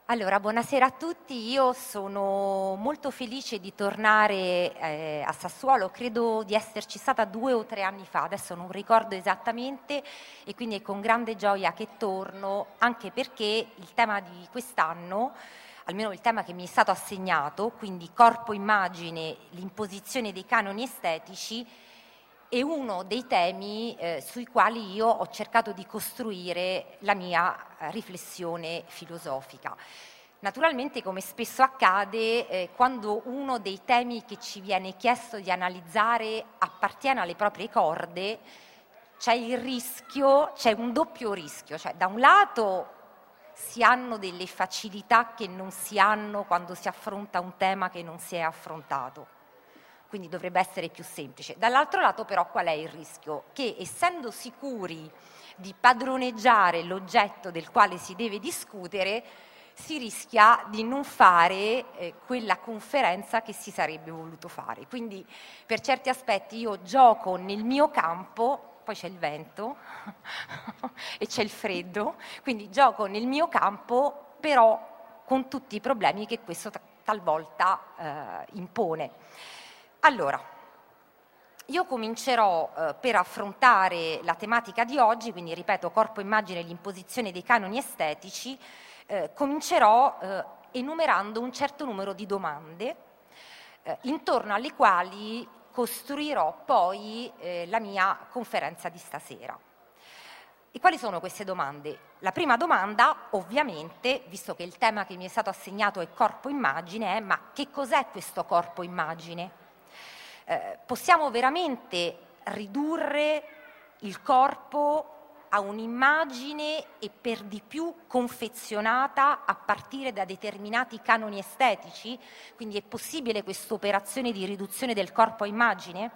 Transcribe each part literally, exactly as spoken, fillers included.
Allora, buonasera a tutti. Io sono molto felice di tornare eh, a Sassuolo. Credo di esserci stata due o tre anni fa, adesso non ricordo esattamente, e quindi è con grande gioia che torno, anche perché il tema di quest'anno, almeno il tema che mi è stato assegnato, quindi corpo-immagine, l'imposizione dei canoni estetici, è uno dei temi eh, sui quali io ho cercato di costruire la mia eh, riflessione filosofica. Naturalmente, come spesso accade, eh, quando uno dei temi che ci viene chiesto di analizzare appartiene alle proprie corde, c'è il rischio, c'è un doppio rischio, cioè da un lato si hanno delle facilità che non si hanno quando si affronta un tema che non si è affrontato. Quindi dovrebbe essere più semplice. Dall'altro lato però qual è il rischio? Che essendo sicuri di padroneggiare l'oggetto del quale si deve discutere, si rischia di non fare eh, quella conferenza che si sarebbe voluto fare. Quindi per certi aspetti io gioco nel mio campo, poi c'è il vento e c'è il freddo, quindi gioco nel mio campo però con tutti i problemi che questo talvolta eh, impone. Allora, io comincerò eh, per affrontare la tematica di oggi, quindi ripeto, corpo, immagine e l'imposizione dei canoni estetici, eh, comincerò eh, enumerando un certo numero di domande eh, intorno alle quali costruirò poi eh, la mia conferenza di stasera. E quali sono queste domande? La prima domanda, ovviamente, visto che il tema che mi è stato assegnato è corpo-immagine, è ma che cos'è questo corpo-immagine? Eh, possiamo veramente ridurre il corpo a un'immagine e per di più confezionata a partire da determinati canoni estetici? Quindi è possibile questa operazione di riduzione del corpo a immagine?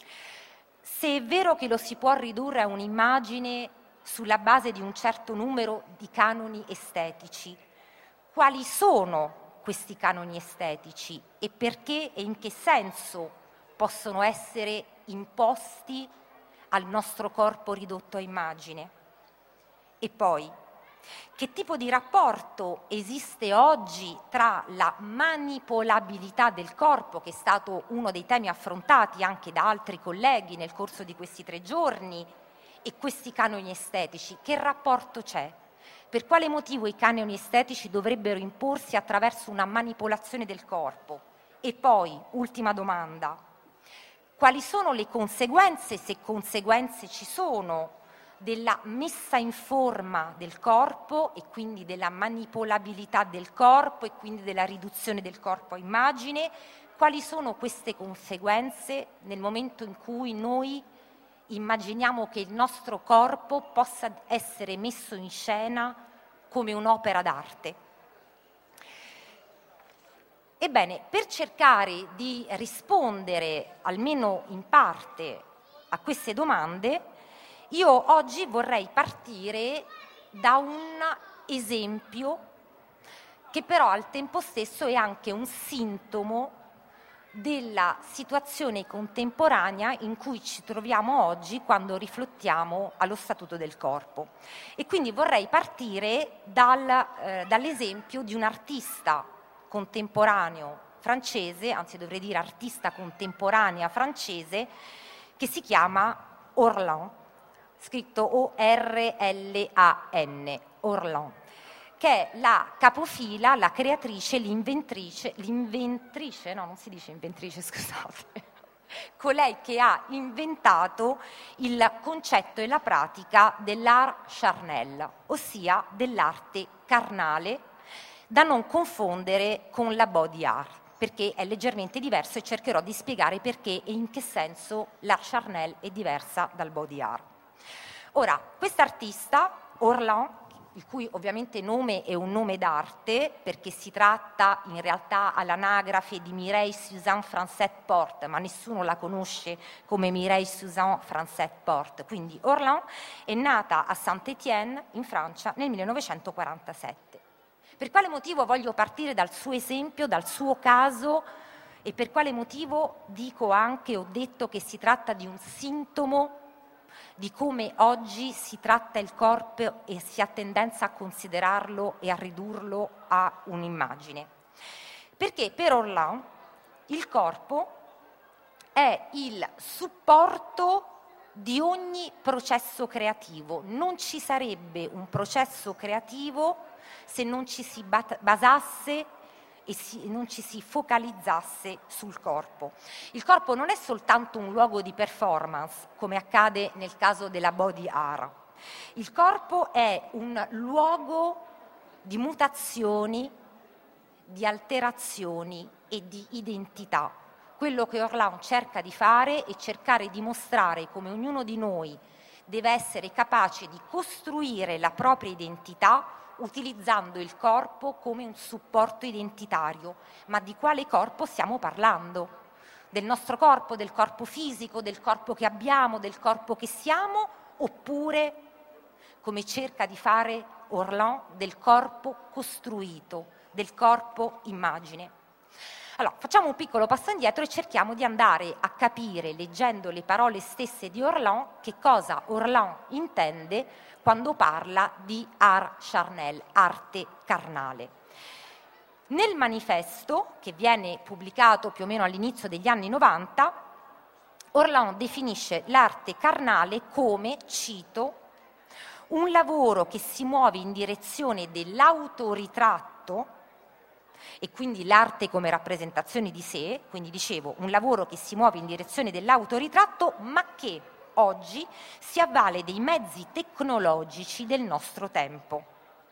Se è vero che lo si può ridurre a un'immagine sulla base di un certo numero di canoni estetici, quali sono questi canoni estetici e perché e in che senso possono essere imposti al nostro corpo ridotto a immagine? E poi, che tipo di rapporto esiste oggi tra la manipolabilità del corpo, che è stato uno dei temi affrontati anche da altri colleghi nel corso di questi tre giorni, e questi canoni estetici? Che rapporto c'è? Per quale motivo i canoni estetici dovrebbero imporsi attraverso una manipolazione del corpo? E poi, ultima domanda, quali sono le conseguenze, se conseguenze ci sono, della messa in forma del corpo e quindi della manipolabilità del corpo e quindi della riduzione del corpo a immagine? Quali sono queste conseguenze nel momento in cui noi immaginiamo che il nostro corpo possa essere messo in scena come un'opera d'arte? Ebbene, per cercare di rispondere almeno in parte a queste domande, io oggi vorrei partire da un esempio che però al tempo stesso è anche un sintomo della situazione contemporanea in cui ci troviamo oggi quando riflettiamo allo statuto del corpo. E quindi vorrei partire dal, eh, dall'esempio di un artista contemporaneo francese, anzi dovrei dire artista contemporanea francese, che si chiama Orlan, scritto O R L A N, Orlan, che è la capofila, la creatrice, l'inventrice, l'inventrice, no, non si dice inventrice, scusate, colei che ha inventato il concetto e la pratica dell'art charnel, ossia dell'arte carnale, da non confondere con la body art, perché è leggermente diverso e cercherò di spiegare perché e in che senso l'art charnel è diversa dal body art. Ora, quest'artista, Orlan, il cui ovviamente nome è un nome d'arte, perché si tratta in realtà all'anagrafe di Mireille Suzanne Francette Porte, ma nessuno la conosce come Mireille Suzanne Francette Porte. Quindi Orlan è nata a Saint-Étienne, in Francia, nel millenovecentoquarantasette. Per quale motivo voglio partire dal suo esempio, dal suo caso, e per quale motivo dico anche, ho detto che si tratta di un sintomo di come oggi si tratta il corpo e si ha tendenza a considerarlo e a ridurlo a un'immagine. Perché per Orlan il corpo è il supporto di ogni processo creativo. Non ci sarebbe un processo creativo se non ci si basasse e si, non ci si focalizzasse sul corpo. Il corpo non è soltanto un luogo di performance, come accade nel caso della body art. Il corpo è un luogo di mutazioni, di alterazioni e di identità. Quello che Orlan cerca di fare è cercare di mostrare come ognuno di noi deve essere capace di costruire la propria identità utilizzando il corpo come un supporto identitario. Ma di quale corpo stiamo parlando? Del nostro corpo, del corpo fisico, del corpo che abbiamo, del corpo che siamo, oppure, come cerca di fare Orlan, del corpo costruito, del corpo immagine? Allora, facciamo un piccolo passo indietro e cerchiamo di andare a capire, leggendo le parole stesse di Orlan, che cosa Orlan intende quando parla di art charnel, arte carnale. Nel manifesto, che viene pubblicato più o meno all'inizio degli anni novanta, Orlan definisce l'arte carnale come, cito, un lavoro che si muove in direzione dell'autoritratto, e quindi l'arte come rappresentazione di sé, quindi dicevo un lavoro che si muove in direzione dell'autoritratto, ma che oggi si avvale dei mezzi tecnologici del nostro tempo.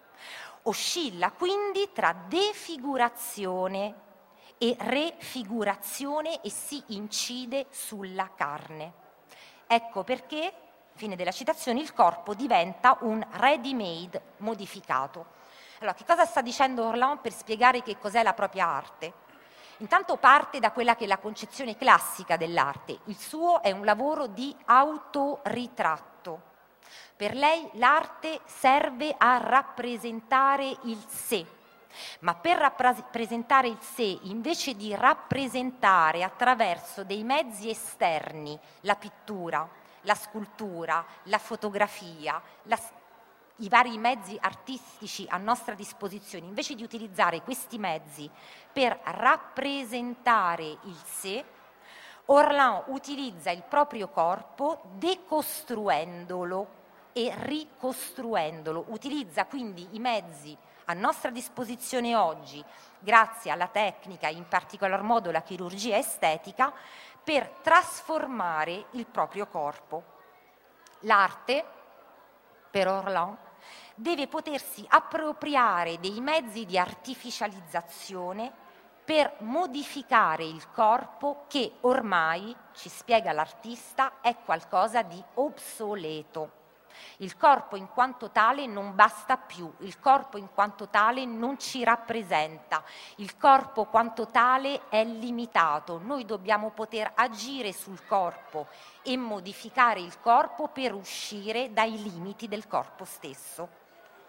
Oscilla quindi tra defigurazione e refigurazione e si incide sulla carne. Ecco perché, fine della citazione, il corpo diventa un ready-made modificato. Allora, che cosa sta dicendo Orlan per spiegare che cos'è la propria arte? Intanto parte da quella che è la concezione classica dell'arte. Il suo è un lavoro di autoritratto. Per lei l'arte serve a rappresentare il sé, ma per rappresentare il sé, invece di rappresentare attraverso dei mezzi esterni, la pittura, la scultura, la fotografia, la i vari mezzi artistici a nostra disposizione, invece di utilizzare questi mezzi per rappresentare il sé, Orlan utilizza il proprio corpo decostruendolo e ricostruendolo. Utilizza quindi i mezzi a nostra disposizione oggi, grazie alla tecnica, in particolar modo la chirurgia estetica, per trasformare il proprio corpo. L'arte, per Orlan, deve potersi appropriare dei mezzi di artificializzazione per modificare il corpo che ormai, ci spiega l'artista, è qualcosa di obsoleto. Il corpo in quanto tale non basta più, il corpo in quanto tale non ci rappresenta, il corpo quanto tale è limitato. Noi dobbiamo poter agire sul corpo e modificare il corpo per uscire dai limiti del corpo stesso.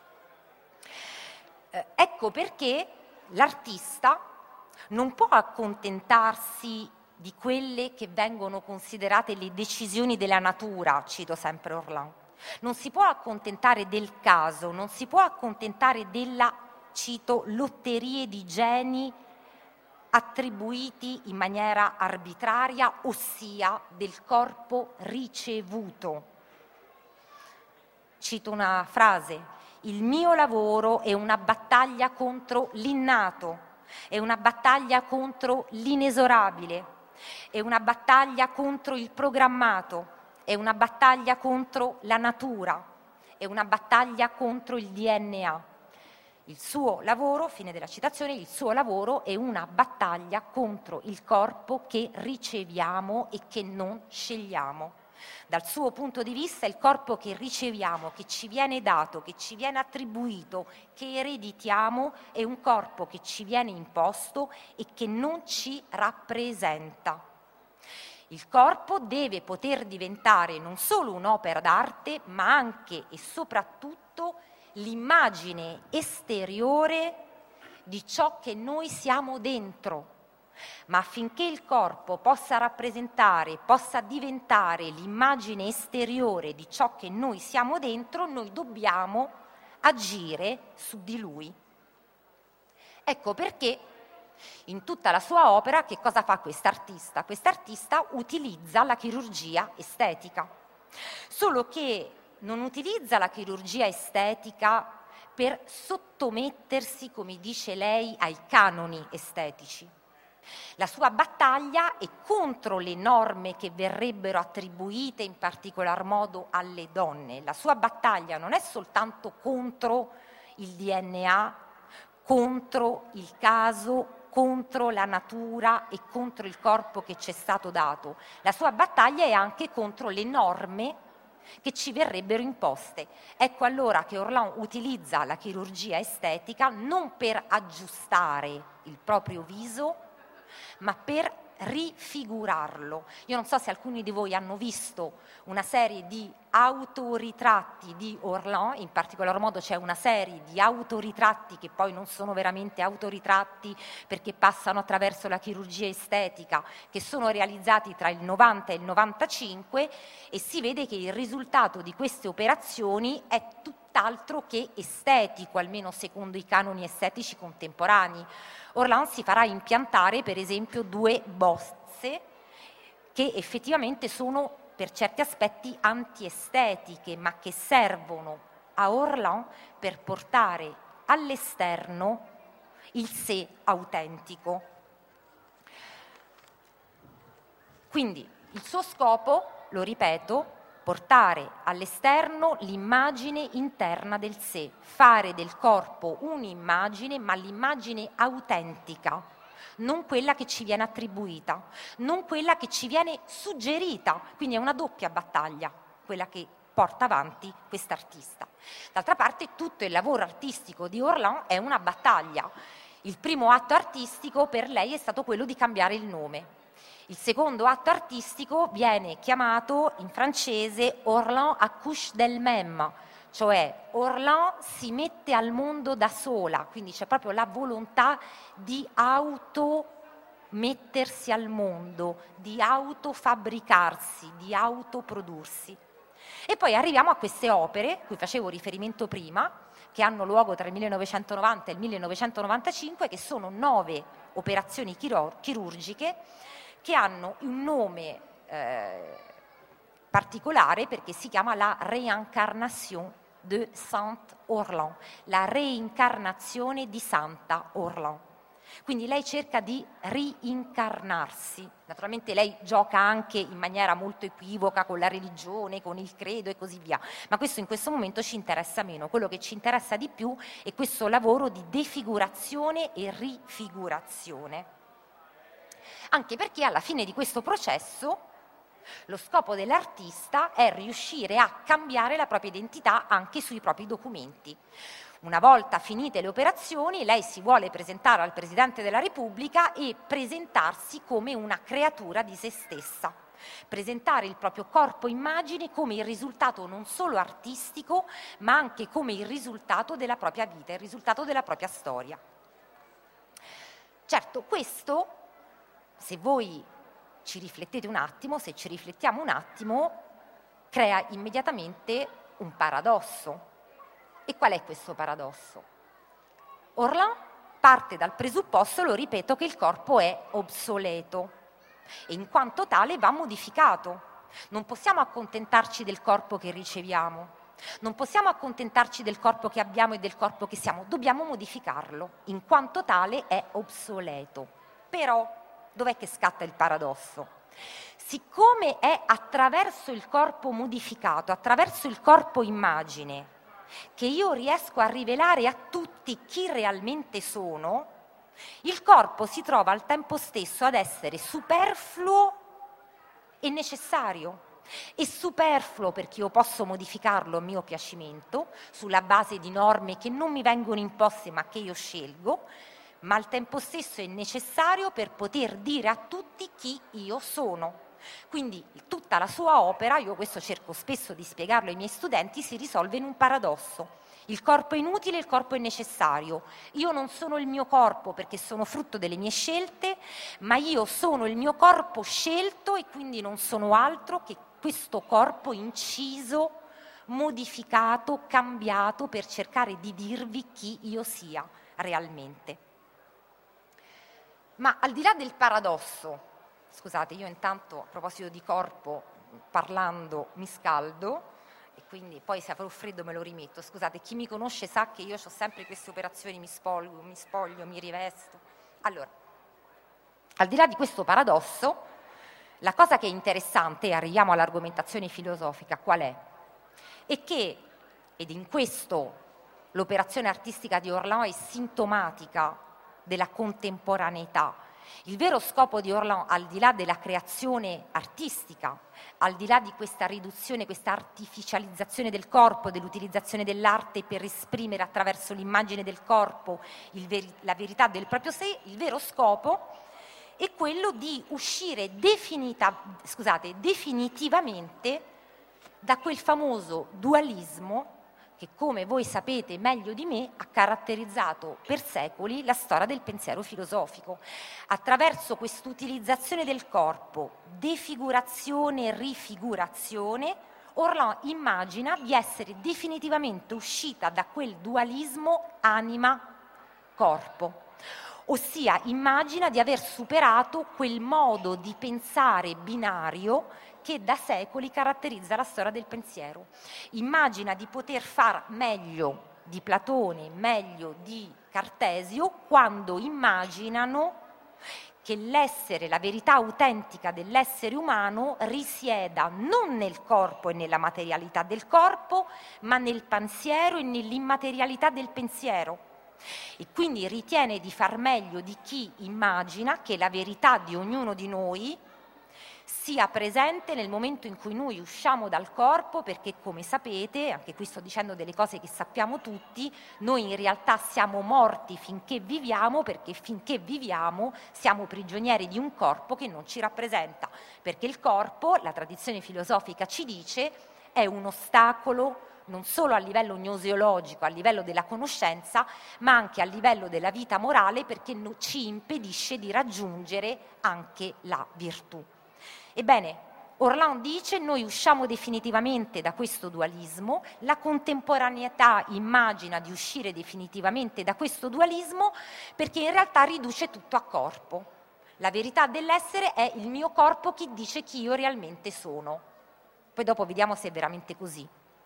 Eh, ecco perché l'artista non può accontentarsi di quelle che vengono considerate le decisioni della natura, cito sempre Orlan. Non si può accontentare del caso, non si può accontentare della, cito, lotterie di geni attribuiti in maniera arbitraria, ossia del corpo ricevuto. Cito una frase: il mio lavoro è una battaglia contro l'innato, è una battaglia contro l'inesorabile, è una battaglia contro il programmato, è una battaglia contro la natura, è una battaglia contro il D N A. Il suo lavoro, fine della citazione, il suo lavoro è una battaglia contro il corpo che riceviamo e che non scegliamo. Dal suo punto di vista il corpo che riceviamo, che ci viene dato, che ci viene attribuito, che ereditiamo, è un corpo che ci viene imposto e che non ci rappresenta. Il corpo deve poter diventare non solo un'opera d'arte, ma anche e soprattutto l'immagine esteriore di ciò che noi siamo dentro. ma affinché il corpo possa rappresentare, possa diventare l'immagine esteriore di ciò che noi siamo dentro, noi dobbiamo agire su di lui. Ecco perché in tutta la sua opera che cosa fa quest'artista? Quest'artista utilizza la chirurgia estetica, solo che non utilizza la chirurgia estetica per sottomettersi, come dice lei, ai canoni estetici. La sua battaglia è contro le norme che verrebbero attribuite in particolar modo alle donne. La sua battaglia non è soltanto contro il D N A, contro il caso, contro la natura e contro il corpo che ci è stato dato. La sua battaglia è anche contro le norme che ci verrebbero imposte. Ecco allora che Orlan utilizza la chirurgia estetica non per aggiustare il proprio viso, ma per rifigurarlo. Io non so se alcuni di voi hanno visto una serie di autoritratti di Orlan, in particolar modo c'è una serie di autoritratti che poi non sono veramente autoritratti perché passano attraverso la chirurgia estetica, che sono realizzati tra il novanta e il novantacinque, e si vede che il risultato di queste operazioni è tutt'altro che estetico, almeno secondo i canoni estetici contemporanei. Orlan si farà impiantare per esempio due bozze che effettivamente sono per certi aspetti antiestetiche, ma che servono a Orlan per portare all'esterno il sé autentico. Quindi il suo scopo, lo ripeto, portare all'esterno l'immagine interna del sé, fare del corpo un'immagine, ma l'immagine autentica, non quella che ci viene attribuita, non quella che ci viene suggerita. Quindi è una doppia battaglia quella che porta avanti quest'artista. D'altra parte tutto il lavoro artistico di Orlan è una battaglia. Il primo atto artistico per lei è stato quello di cambiare il nome. Il secondo atto artistico viene chiamato in francese Orlan accouche d'elle-même, cioè Orlan si mette al mondo da sola, quindi c'è proprio la volontà di automettersi al mondo, di autofabbricarsi, di autoprodursi. E poi arriviamo a queste opere, cui facevo riferimento prima, che hanno luogo tra il millenovecentonovanta e il millenovecentonovantacinque, che sono nove operazioni chirur- chirurgiche che hanno un nome eh, particolare perché si chiama la Réincarnation de Saint Orlan, la reincarnazione di Santa Orlan. Quindi lei cerca di reincarnarsi. Naturalmente lei gioca anche in maniera molto equivoca con la religione, con il credo e così via, ma questo in questo momento ci interessa meno. Quello che ci interessa di più è questo lavoro di defigurazione e rifigurazione. Anche perché alla fine di questo processo lo scopo dell'artista è riuscire a cambiare la propria identità anche sui propri documenti. Una volta finite le operazioni, lei si vuole presentare al Presidente della Repubblica e presentarsi come una creatura di se stessa, presentare il proprio corpo immagine come il risultato non solo artistico, ma anche come il risultato della propria vita, il risultato della propria storia. Certo, questo, se voi ci riflettete un attimo, se ci riflettiamo un attimo, crea immediatamente un paradosso. E qual è questo paradosso? Orlan parte dal presupposto, lo ripeto, che il corpo è obsoleto e in quanto tale va modificato. Non possiamo accontentarci del corpo che riceviamo, non possiamo accontentarci del corpo che abbiamo e del corpo che siamo, dobbiamo modificarlo, in quanto tale è obsoleto. Però, dov'è che scatta il paradosso? Siccome è attraverso il corpo modificato, attraverso il corpo immagine, che io riesco a rivelare a tutti chi realmente sono, il corpo si trova al tempo stesso ad essere superfluo e necessario. È superfluo perché io posso modificarlo a mio piacimento, sulla base di norme che non mi vengono imposte ma che io scelgo, ma al tempo stesso è necessario per poter dire a tutti chi io sono. Quindi tutta la sua opera, io questo cerco spesso di spiegarlo ai miei studenti, si risolve in un paradosso. Il corpo è inutile, il corpo è necessario. Io non sono il mio corpo perché sono frutto delle mie scelte, ma io sono il mio corpo scelto e quindi non sono altro che questo corpo inciso, modificato, cambiato per cercare di dirvi chi io sia realmente. Ma al di là del paradosso, scusate, io intanto a proposito di corpo, parlando mi scaldo e quindi poi se avrò freddo me lo rimetto. Scusate, chi mi conosce sa che io ho sempre queste operazioni, mi spoglio, mi spoglio, mi rivesto. Allora, al di là di questo paradosso, la cosa che è interessante, e arriviamo all'argomentazione filosofica, qual è? È che, ed in questo l'operazione artistica di Orlan è sintomatica della contemporaneità. Il vero scopo di Orlan, al di là della creazione artistica, al di là di questa riduzione, questa artificializzazione del corpo, dell'utilizzazione dell'arte per esprimere attraverso l'immagine del corpo il veri- la verità del proprio sé, il vero scopo è quello di uscire definita, scusate, definitivamente da quel famoso dualismo che, come voi sapete meglio di me, ha caratterizzato per secoli la storia del pensiero filosofico. Attraverso quest'utilizzazione del corpo, defigurazione e rifigurazione, Orlan immagina di essere definitivamente uscita da quel dualismo anima-corpo. Ossia immagina di aver superato quel modo di pensare binario che da secoli caratterizza la storia del pensiero. Immagina di poter far meglio di Platone, meglio di Cartesio, quando immaginano che l'essere, la verità autentica dell'essere umano risieda non nel corpo e nella materialità del corpo, ma nel pensiero e nell'immaterialità del pensiero. E quindi ritiene di far meglio di chi immagina che la verità di ognuno di noi sia presente nel momento in cui noi usciamo dal corpo, perché come sapete, anche qui sto dicendo delle cose che sappiamo tutti, noi in realtà siamo morti finché viviamo, perché finché viviamo siamo prigionieri di un corpo che non ci rappresenta, perché il corpo, la tradizione filosofica ci dice, è un ostacolo non solo a livello gnoseologico, a livello della conoscenza, ma anche a livello della vita morale, perché ci impedisce di raggiungere anche la virtù. Ebbene, Orlan dice: noi usciamo definitivamente da questo dualismo, la contemporaneità immagina di uscire definitivamente da questo dualismo perché in realtà riduce tutto a corpo. La verità dell'essere è il mio corpo che dice chi io realmente sono. Poi dopo vediamo se è veramente così.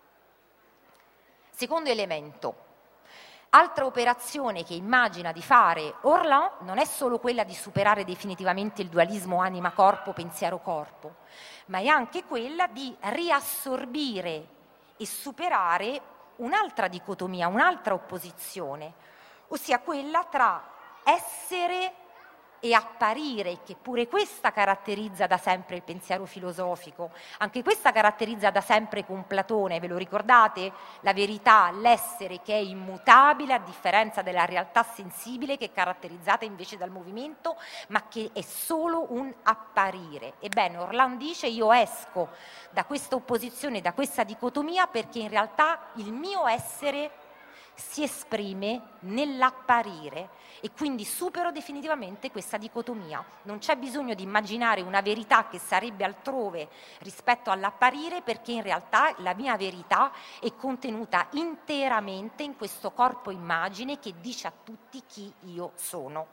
Secondo elemento, altra operazione che immagina di fare Orlan non è solo quella di superare definitivamente il dualismo anima-corpo, pensiero-corpo, ma è anche quella di riassorbire e superare un'altra dicotomia, un'altra opposizione, ossia quella tra essere e apparire, che pure questa caratterizza da sempre il pensiero filosofico. Anche questa caratterizza da sempre con Platone, ve lo ricordate? La verità, l'essere che è immutabile a differenza della realtà sensibile che è caratterizzata invece dal movimento, ma che è solo un apparire. Ebbene, Orlan dice: io esco da questa opposizione, da questa dicotomia, perché in realtà il mio essere si esprime nell'apparire e quindi supero definitivamente questa dicotomia. Non c'è bisogno di immaginare una verità che sarebbe altrove rispetto all'apparire, perché in realtà la mia verità è contenuta interamente in questo corpo immagine che dice a tutti chi io sono.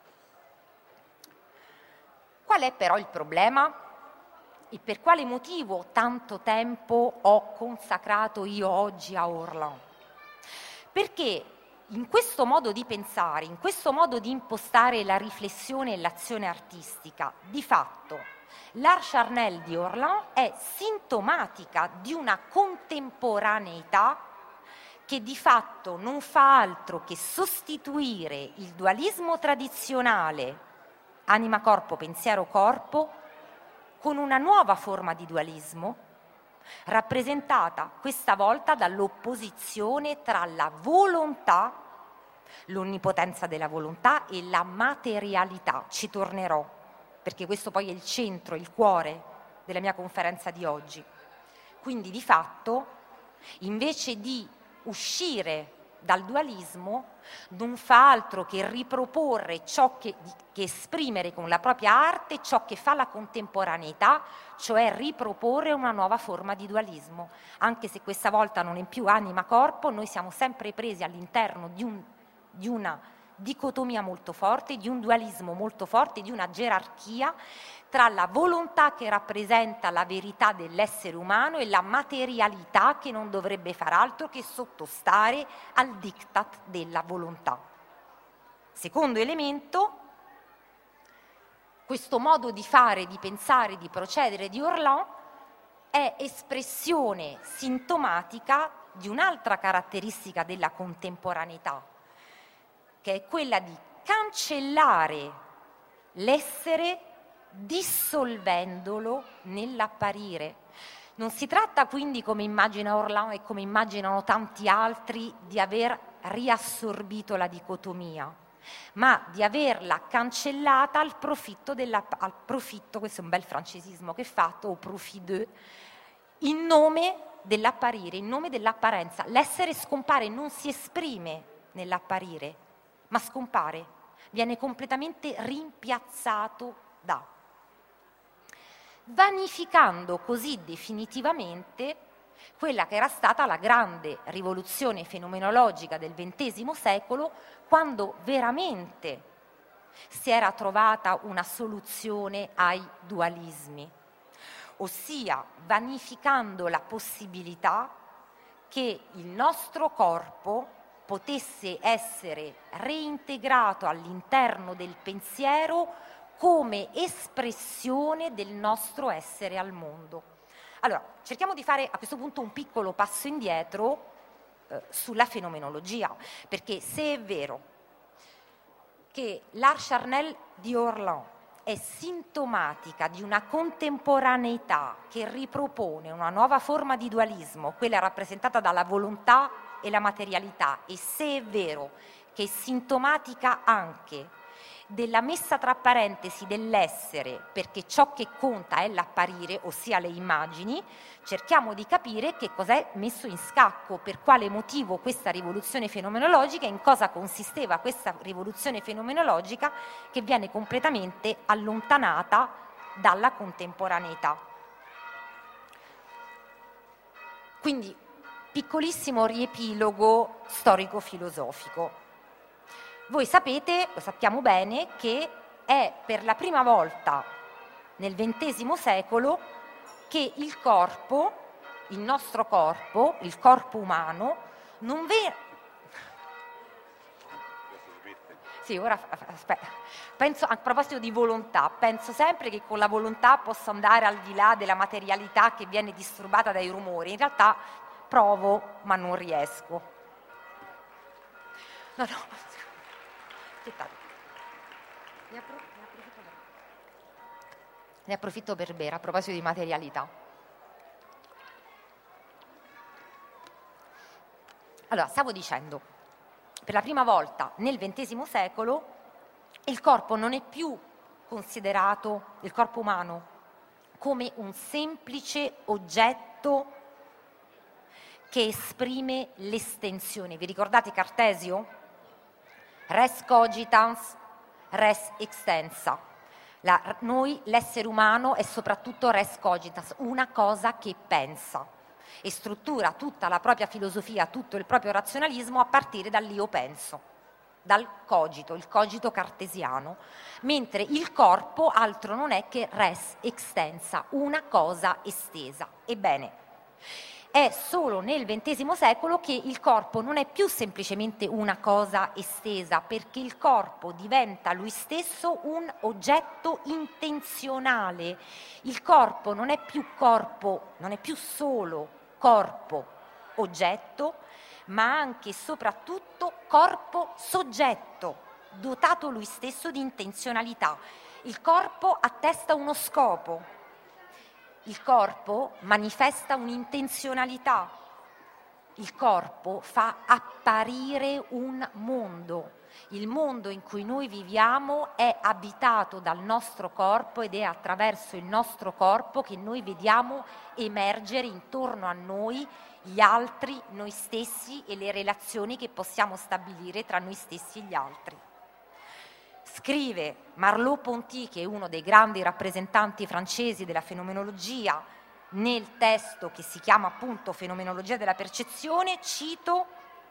Qual è però il problema? E per quale motivo tanto tempo ho consacrato io oggi a Orlan? Perché in questo modo di pensare, in questo modo di impostare la riflessione e l'azione artistica, di fatto, l'art charnel di Orlan è sintomatica di una contemporaneità che di fatto non fa altro che sostituire il dualismo tradizionale anima-corpo, pensiero-corpo con una nuova forma di dualismo, rappresentata questa volta dall'opposizione tra la volontà, l'onnipotenza della volontà e la materialità. Ci tornerò, perché questo poi è il centro, il cuore della mia conferenza di oggi. Quindi di fatto, invece di uscire dal dualismo non fa altro che riproporre ciò che, che esprimere con la propria arte ciò che fa la contemporaneità, cioè riproporre una nuova forma di dualismo. Anche se questa volta non è più anima-corpo, noi siamo sempre presi all'interno di, un, di una dicotomia molto forte, di un dualismo molto forte, di una gerarchia tra la volontà che rappresenta la verità dell'essere umano e la materialità che non dovrebbe far altro che sottostare al diktat della volontà. Secondo elemento, questo modo di fare, di pensare, di procedere di Orlan è espressione sintomatica di un'altra caratteristica della contemporaneità, che è quella di cancellare l'essere dissolvendolo nell'apparire. Non si tratta quindi, come immagina Orlan e come immaginano tanti altri, di aver riassorbito la dicotomia, ma di averla cancellata al profitto, della, al profitto, questo è un bel francesismo che è fatto, au profit de, in nome dell'apparire, in nome dell'apparenza. L'essere scompare, non si esprime nell'apparire, ma scompare, viene completamente rimpiazzato da, vanificando così definitivamente quella che era stata la grande rivoluzione fenomenologica del ventesimo secolo, quando veramente si era trovata una soluzione ai dualismi, ossia vanificando la possibilità che il nostro corpo potesse essere reintegrato all'interno del pensiero come espressione del nostro essere al mondo. Allora, cerchiamo di fare a questo punto un piccolo passo indietro eh, sulla fenomenologia, perché se è vero che l'art charnel di Orlan è sintomatica di una contemporaneità che ripropone una nuova forma di dualismo, quella rappresentata dalla volontà e la materialità, e se è vero che è sintomatica anche della messa tra parentesi dell'essere, perché ciò che conta è l'apparire, ossia le immagini, cerchiamo di capire che cos'è messo in scacco, per quale motivo questa rivoluzione fenomenologica, in cosa consisteva questa rivoluzione fenomenologica che viene completamente allontanata dalla contemporaneità. Quindi, piccolissimo riepilogo storico-filosofico. Voi sapete, lo sappiamo bene, che è per la prima volta nel ventesimo secolo che il corpo, il nostro corpo, il corpo umano, non viene... Sì, ora aspetta. Penso, a proposito di volontà, penso sempre che con la volontà posso andare al di là della materialità che viene disturbata dai rumori. In realtà provo, ma non riesco. No, no. Ne approfitto, per... ne approfitto per bere a proposito di materialità. Allora, stavo dicendo, per la prima volta nel ventesimo secolo il corpo non è più considerato, il corpo umano, come un semplice oggetto che esprime l'estensione. Vi ricordate Cartesio? Res cogitans, res extensa. La, noi, l'essere umano, è soprattutto res cogitans, una cosa che pensa e struttura tutta la propria filosofia, tutto il proprio razionalismo a partire dall'io penso, dal cogito, il cogito cartesiano, mentre il corpo altro non è che res extensa, una cosa estesa. Ebbene, è solo nel ventesimo secolo che il corpo non è più semplicemente una cosa estesa, perché il corpo diventa lui stesso un oggetto intenzionale. Il corpo non è più corpo, non è più solo corpo oggetto, ma anche e soprattutto corpo soggetto, dotato lui stesso di intenzionalità. Il corpo attesta uno scopo. Il corpo manifesta un'intenzionalità. il corpo fa apparire un mondo. Il mondo in cui noi viviamo è abitato dal nostro corpo ed è attraverso il nostro corpo che noi vediamo emergere intorno a noi gli altri, noi stessi e le relazioni che possiamo stabilire tra noi stessi e gli altri. Scrive Merleau-Ponty, che è uno dei grandi rappresentanti francesi della fenomenologia, nel testo che si chiama appunto Fenomenologia della percezione, cito: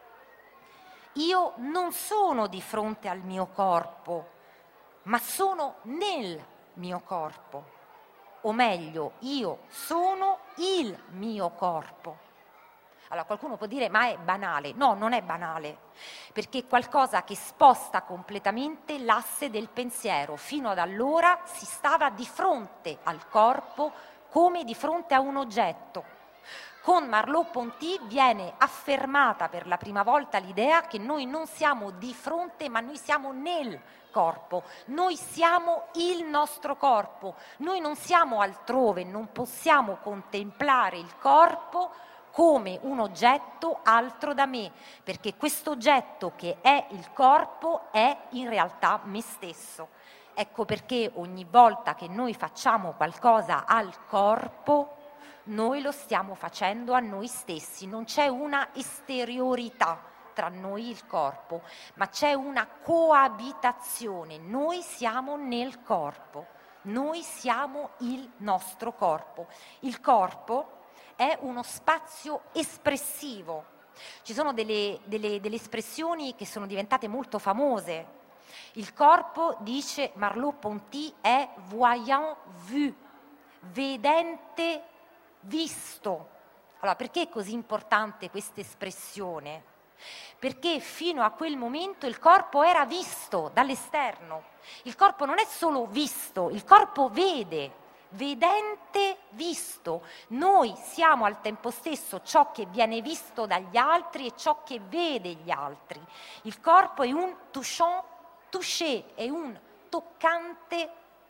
io non sono di fronte al mio corpo, ma sono nel mio corpo. O meglio, io sono il mio corpo. Allora qualcuno può dire, ma è banale. No, non è banale, perché è qualcosa che sposta completamente l'asse del pensiero. Fino ad allora si stava di fronte al corpo come di fronte a un oggetto. Con Merleau-Ponty viene affermata per la prima volta l'idea che noi non siamo di fronte, ma noi siamo nel corpo, noi siamo il nostro corpo, noi non siamo altrove, non possiamo contemplare il corpo come un oggetto altro da me, perché questo oggetto che è il corpo è in realtà me stesso. Ecco perché ogni volta che noi facciamo qualcosa al corpo, noi lo stiamo facendo a noi stessi, non c'è una esteriorità tra noi e il corpo, ma c'è una coabitazione, noi siamo nel corpo, noi siamo il nostro corpo. Il corpo è uno spazio espressivo, ci sono delle, delle, delle espressioni che sono diventate molto famose. Il corpo, dice Merleau-Ponty, è voyant vu, vedente visto. Allora, perché è così importante questa espressione? Perché fino a quel momento il corpo era visto dall'esterno. Il corpo non è solo visto, il corpo vede, vedente visto. Noi siamo al tempo stesso ciò che viene visto dagli altri e ciò che vede gli altri. Il corpo è un touchant touché, è un toccante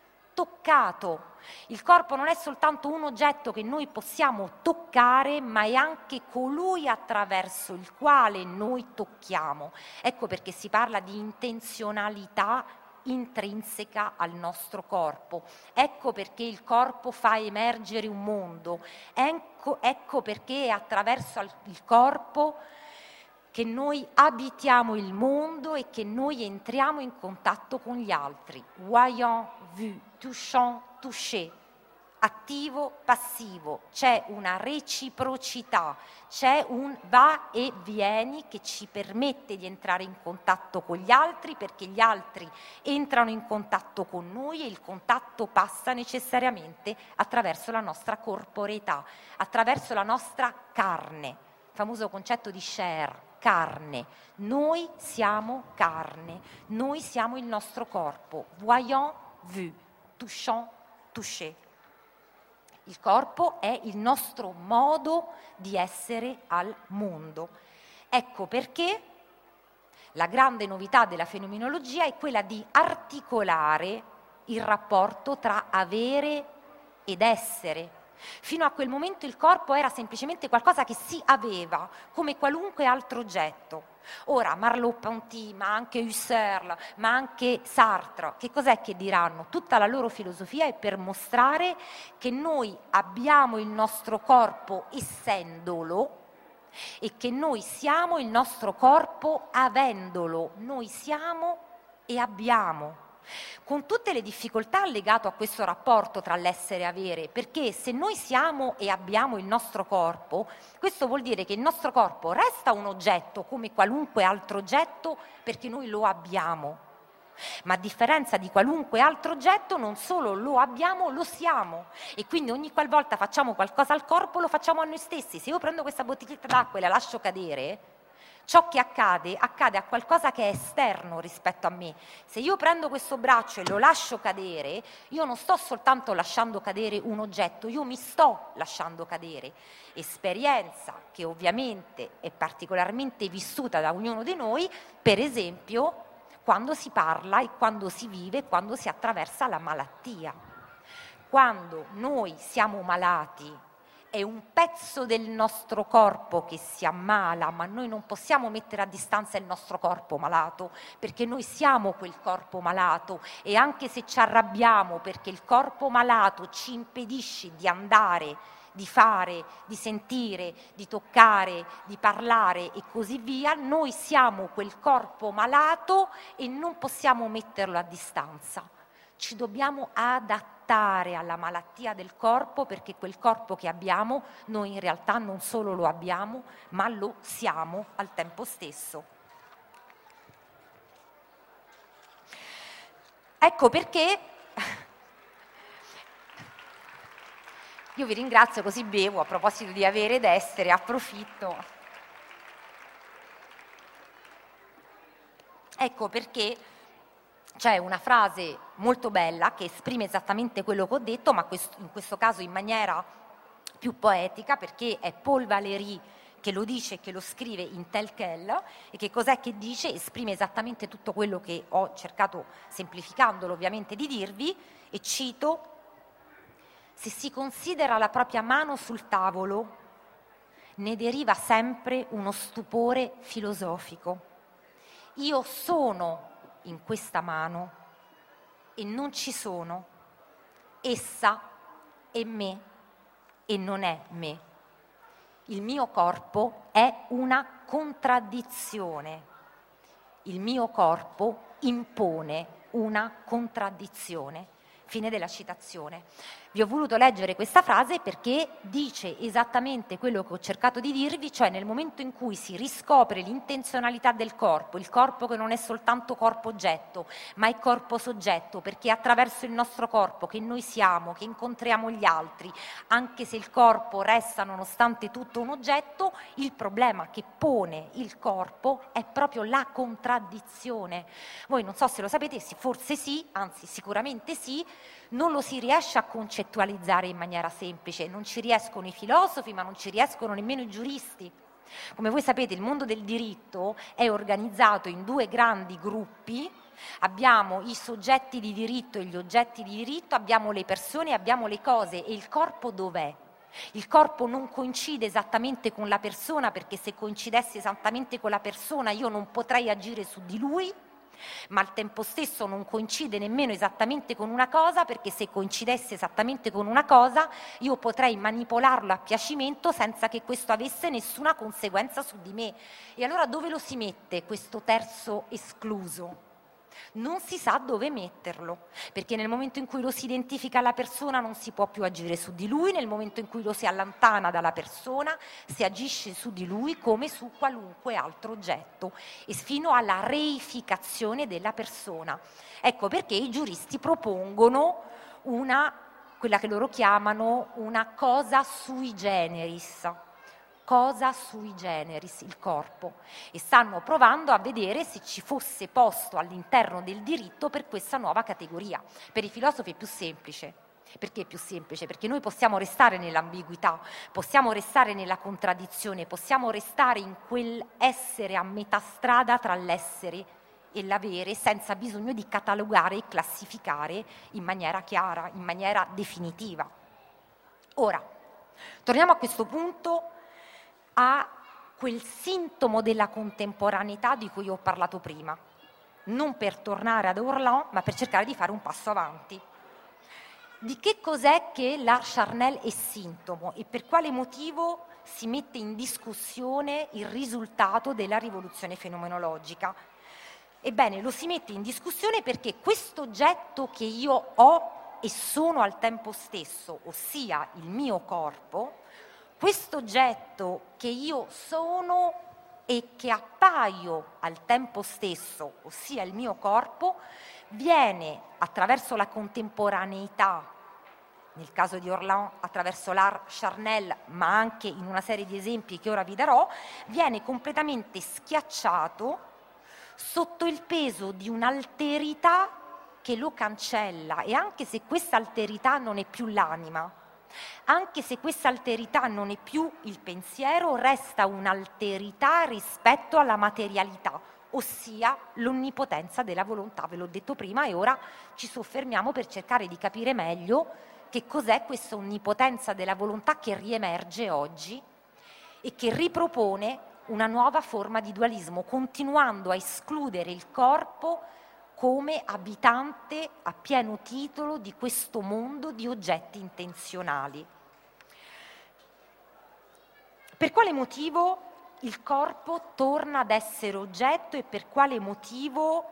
toccato. Il corpo non è soltanto un oggetto che noi possiamo toccare, ma è anche colui attraverso il quale noi tocchiamo. Ecco perché si parla di intenzionalità intrinseca al nostro corpo. Ecco perché il corpo fa emergere un mondo. Ecco, ecco perché è attraverso il corpo che noi abitiamo il mondo e che noi entriamo in contatto con gli altri. Voyant, vu, touchant, touché, attivo, passivo, c'è una reciprocità, c'è un va e vieni che ci permette di entrare in contatto con gli altri, perché gli altri entrano in contatto con noi e il contatto passa necessariamente attraverso la nostra corporeità, attraverso la nostra carne, il famoso concetto di chair, carne. Noi siamo carne, noi siamo il nostro corpo, voyant, vu, touchant, touché. Il corpo è il nostro modo di essere al mondo. Ecco perché la grande novità della fenomenologia è quella di articolare il rapporto tra avere ed essere. Fino a quel momento il corpo era semplicemente qualcosa che si aveva, come qualunque altro oggetto. Ora Merleau-Ponty, ma anche Husserl, ma anche Sartre, che cos'è che diranno? Tutta la loro filosofia è per mostrare che noi abbiamo il nostro corpo essendolo e che noi siamo il nostro corpo avendolo. Noi siamo e abbiamo. Con tutte le difficoltà legate a questo rapporto tra l'essere e avere, perché se noi siamo e abbiamo il nostro corpo, questo vuol dire che il nostro corpo resta un oggetto come qualunque altro oggetto perché noi lo abbiamo, ma a differenza di qualunque altro oggetto non solo lo abbiamo, lo siamo, e quindi ogni qualvolta facciamo qualcosa al corpo lo facciamo a noi stessi. Se io prendo questa bottiglietta d'acqua e la lascio cadere, ciò che accade, accade a qualcosa che è esterno rispetto a me. Se io prendo questo braccio e lo lascio cadere, io non sto soltanto lasciando cadere un oggetto, io mi sto lasciando cadere. Esperienza che ovviamente è particolarmente vissuta da ognuno di noi, per esempio, quando si parla e quando si vive, quando si attraversa la malattia. Quando noi siamo malati è un pezzo del nostro corpo che si ammala, ma noi non possiamo mettere a distanza il nostro corpo malato, perché noi siamo quel corpo malato, e anche se ci arrabbiamo perché il corpo malato ci impedisce di andare, di fare, di sentire, di toccare, di parlare e così via, noi siamo quel corpo malato e non possiamo metterlo a distanza. Ci dobbiamo adattare alla malattia del corpo, perché quel corpo che abbiamo noi in realtà non solo lo abbiamo, ma lo siamo al tempo stesso. Ecco perché io vi ringrazio, così bevo, a proposito di avere ed essere, approfitto. Ecco perché c'è una frase molto bella che esprime esattamente quello che ho detto, ma in questo caso in maniera più poetica, perché è Paul Valéry che lo dice e che lo scrive in Tel Quel. E che cos'è che dice? Esprime esattamente tutto quello che ho cercato, semplificandolo ovviamente, di dirvi, e cito: se si considera la propria mano sul tavolo, ne deriva sempre uno stupore filosofico. Io sono in questa mano e non ci sono. Essa è me e non è me. Il mio corpo è una contraddizione. Il mio corpo impone una contraddizione. Fine della citazione. Vi ho voluto leggere questa frase perché dice esattamente quello che ho cercato di dirvi, cioè nel momento in cui si riscopre l'intenzionalità del corpo, il corpo che non è soltanto corpo-oggetto, ma è corpo-soggetto, perché è attraverso il nostro corpo che noi siamo, che incontriamo gli altri, anche se il corpo resta nonostante tutto un oggetto, il problema che pone il corpo è proprio la contraddizione. Voi non so se lo sapete, forse sì, anzi sicuramente sì, non lo si riesce a concettualizzare in maniera semplice, non ci riescono i filosofi, ma non ci riescono nemmeno i giuristi. Come voi sapete, il mondo del diritto è organizzato in due grandi gruppi. Abbiamo i soggetti di diritto e gli oggetti di diritto, abbiamo le persone, abbiamo le cose. E il corpo dov'è? Il corpo non coincide esattamente con la persona, perché se coincidesse esattamente con la persona io non potrei agire su di lui, ma al tempo stesso non coincide nemmeno esattamente con una cosa, perché se coincidesse esattamente con una cosa io potrei manipolarlo a piacimento senza che questo avesse nessuna conseguenza su di me. E allora dove lo si mette questo terzo escluso? Non si sa dove metterlo, perché nel momento in cui lo si identifica alla persona non si può più agire su di lui, nel momento in cui lo si allontana dalla persona si agisce su di lui come su qualunque altro oggetto, e fino alla reificazione della persona. Ecco perché i giuristi propongono una, quella che loro chiamano una cosa sui generis, cosa sui generis, il corpo, e stanno provando a vedere se ci fosse posto all'interno del diritto per questa nuova categoria. Per i filosofi è più semplice. Perché è più semplice? Perché noi possiamo restare nell'ambiguità, possiamo restare nella contraddizione, possiamo restare in quell'essere a metà strada tra l'essere e l'avere, senza bisogno di catalogare e classificare in maniera chiara, in maniera definitiva. Ora, torniamo a questo punto a quel sintomo della contemporaneità di cui ho parlato prima, non per tornare ad Orlan, ma per cercare di fare un passo avanti. Di che cos'è che l'art charnel è sintomo e per quale motivo si mette in discussione il risultato della rivoluzione fenomenologica? Ebbene, lo si mette in discussione perché questo oggetto che io ho e sono al tempo stesso, ossia il mio corpo, questo oggetto che io sono e che appaio al tempo stesso, ossia il mio corpo, viene attraverso la contemporaneità, nel caso di Orlan attraverso l'art charnel, ma anche in una serie di esempi che ora vi darò, viene completamente schiacciato sotto il peso di un'alterità che lo cancella. E anche se questa alterità non è più l'anima, anche se questa alterità non è più il pensiero, resta un'alterità rispetto alla materialità, ossia l'onnipotenza della volontà. Ve l'ho detto prima e ora ci soffermiamo per cercare di capire meglio che cos'è questa onnipotenza della volontà che riemerge oggi e che ripropone una nuova forma di dualismo, continuando a escludere il corpo come abitante a pieno titolo di questo mondo di oggetti intenzionali. Per quale motivo il corpo torna ad essere oggetto e per quale motivo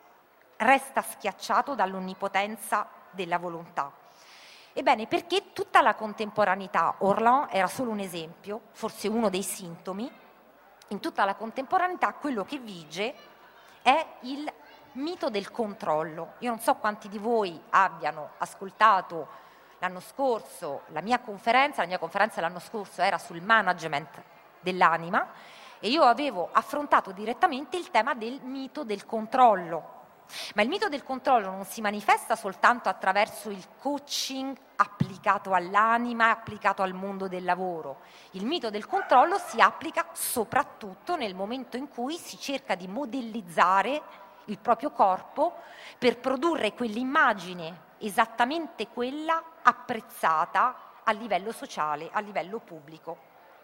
resta schiacciato dall'onnipotenza della volontà? Ebbene, perché tutta la contemporaneità, Orlan era solo un esempio, forse uno dei sintomi, in tutta la contemporaneità quello che vige è il mito del controllo. Io non so quanti di voi abbiano ascoltato l'anno scorso la mia conferenza, la mia conferenza l'anno scorso era sul management dell'anima e io avevo affrontato direttamente il tema del mito del controllo. Ma il mito del controllo non si manifesta soltanto attraverso il coaching applicato all'anima, applicato al mondo del lavoro. Il mito del controllo si applica soprattutto nel momento in cui si cerca di modellizzare il proprio corpo per produrre quell'immagine, esattamente quella apprezzata a livello sociale, a livello pubblico.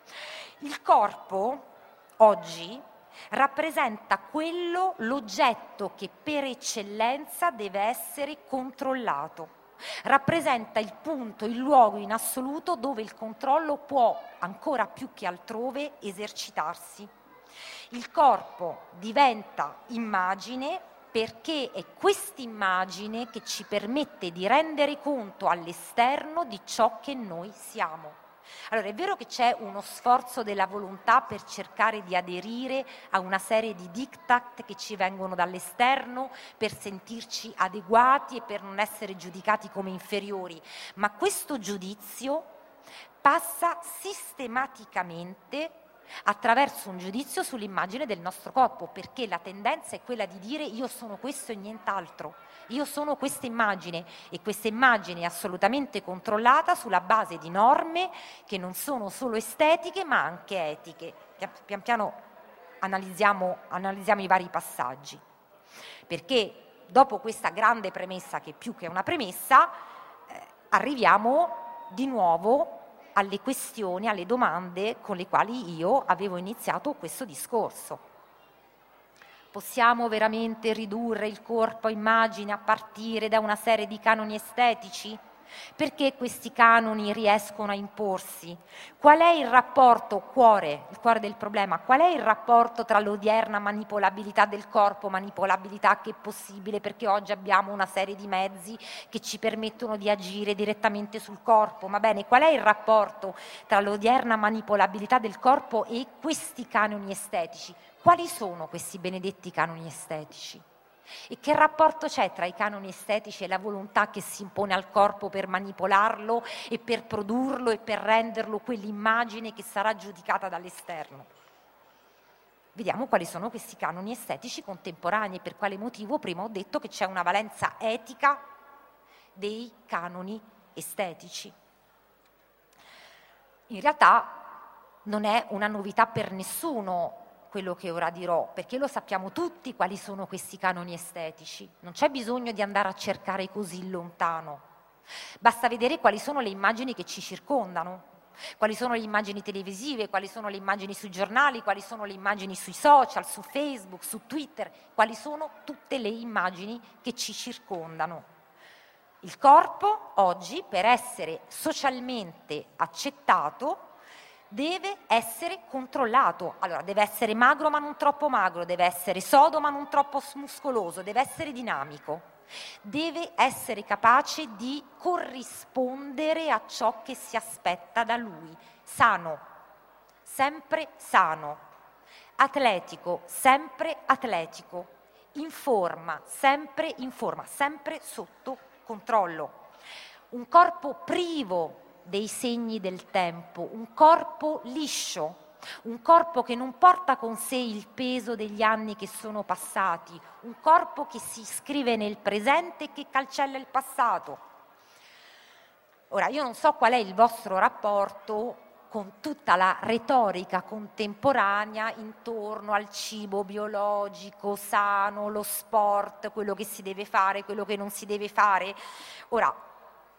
Il corpo oggi rappresenta quello, l'oggetto che per eccellenza deve essere controllato. Rappresenta il punto, il luogo in assoluto dove il controllo può, ancora più che altrove, esercitarsi. Il corpo diventa immagine perché è quest'immagine che ci permette di rendere conto all'esterno di ciò che noi siamo. Allora, è vero che c'è uno sforzo della volontà per cercare di aderire a una serie di diktat che ci vengono dall'esterno per sentirci adeguati e per non essere giudicati come inferiori, ma questo giudizio passa sistematicamente attraverso un giudizio sull'immagine del nostro corpo, perché la tendenza è quella di dire io sono questo e nient'altro, io sono questa immagine e questa immagine è assolutamente controllata sulla base di norme che non sono solo estetiche ma anche etiche. Pian piano analizziamo, analizziamo i vari passaggi, perché dopo questa grande premessa che è più che una premessa eh, arriviamo di nuovo alle questioni, alle domande con le quali io avevo iniziato questo discorso. Possiamo veramente ridurre il corpo a immagine a partire da una serie di canoni estetici? Perché questi canoni riescono a imporsi? Qual è il rapporto, cuore, il cuore del problema, qual è il rapporto tra l'odierna manipolabilità del corpo, manipolabilità che è possibile perché oggi abbiamo una serie di mezzi che ci permettono di agire direttamente sul corpo? Ma bene, qual è il rapporto tra l'odierna manipolabilità del corpo e questi canoni estetici? Quali sono questi benedetti canoni estetici? E che rapporto c'è tra i canoni estetici e la volontà che si impone al corpo per manipolarlo e per produrlo e per renderlo quell'immagine che sarà giudicata dall'esterno? Vediamo quali sono questi canoni estetici contemporanei e per quale motivo prima ho detto che c'è una valenza etica dei canoni estetici. In realtà non è una novità per nessuno quello che ora dirò, perché lo sappiamo tutti quali sono questi canoni estetici, non c'è bisogno di andare a cercare così lontano, basta vedere quali sono le immagini che ci circondano, quali sono le immagini televisive, quali sono le immagini sui giornali, quali sono le immagini sui social, su Facebook, su Twitter, quali sono tutte le immagini che ci circondano. Il corpo oggi, per essere socialmente accettato, deve essere controllato. Allora, deve essere magro ma non troppo magro, deve essere sodo ma non troppo muscoloso, deve essere dinamico, deve essere capace di corrispondere a ciò che si aspetta da lui, sano, sempre sano, atletico, sempre atletico, in forma, sempre in forma, sempre sotto controllo. Un corpo privo dei segni del tempo, un corpo liscio, un corpo che non porta con sé il peso degli anni che sono passati, un corpo che si iscrive nel presente e che cancella il passato. Ora, io non so qual è il vostro rapporto con tutta la retorica contemporanea intorno al cibo biologico, sano, lo sport, quello che si deve fare, quello che non si deve fare. Ora,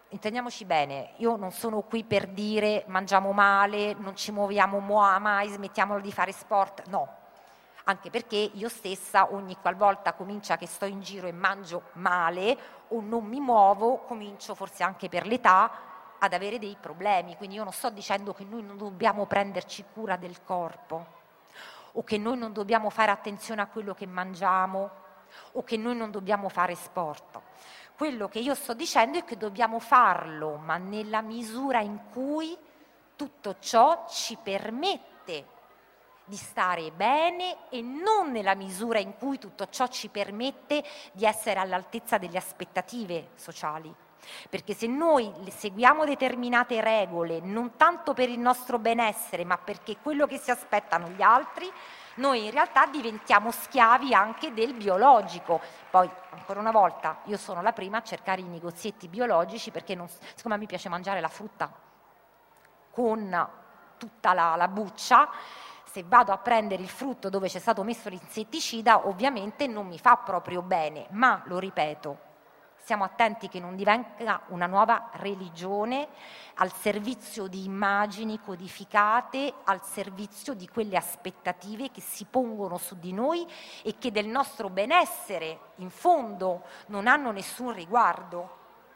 intendiamoci bene, io non sono qui per dire mangiamo male, non ci muoviamo mai, smettiamolo di fare sport, no. Anche perché io stessa ogni qualvolta comincia che sto in giro e mangio male o non mi muovo, comincio forse anche per l'età ad avere dei problemi. Quindi io non sto dicendo che noi non dobbiamo prenderci cura del corpo o che noi non dobbiamo fare attenzione a quello che mangiamo o che noi non dobbiamo fare sport. Quello che io sto dicendo è che dobbiamo farlo, ma nella misura in cui tutto ciò ci permette di stare bene e non nella misura in cui tutto ciò ci permette di essere all'altezza delle aspettative sociali. Perché se noi seguiamo determinate regole, non tanto per il nostro benessere, ma perché quello che si aspettano gli altri, noi in realtà diventiamo schiavi anche del biologico. Poi, ancora una volta, io sono la prima a cercare i negozietti biologici perché non, siccome a me piace mangiare la frutta con tutta la, la buccia, se vado a prendere il frutto dove c'è stato messo l'insetticida, ovviamente non mi fa proprio bene, ma lo ripeto, stiamo attenti che non diventa una nuova religione al servizio di immagini codificate, al servizio di quelle aspettative che si pongono su di noi e che del nostro benessere, in fondo, non hanno nessun riguardo.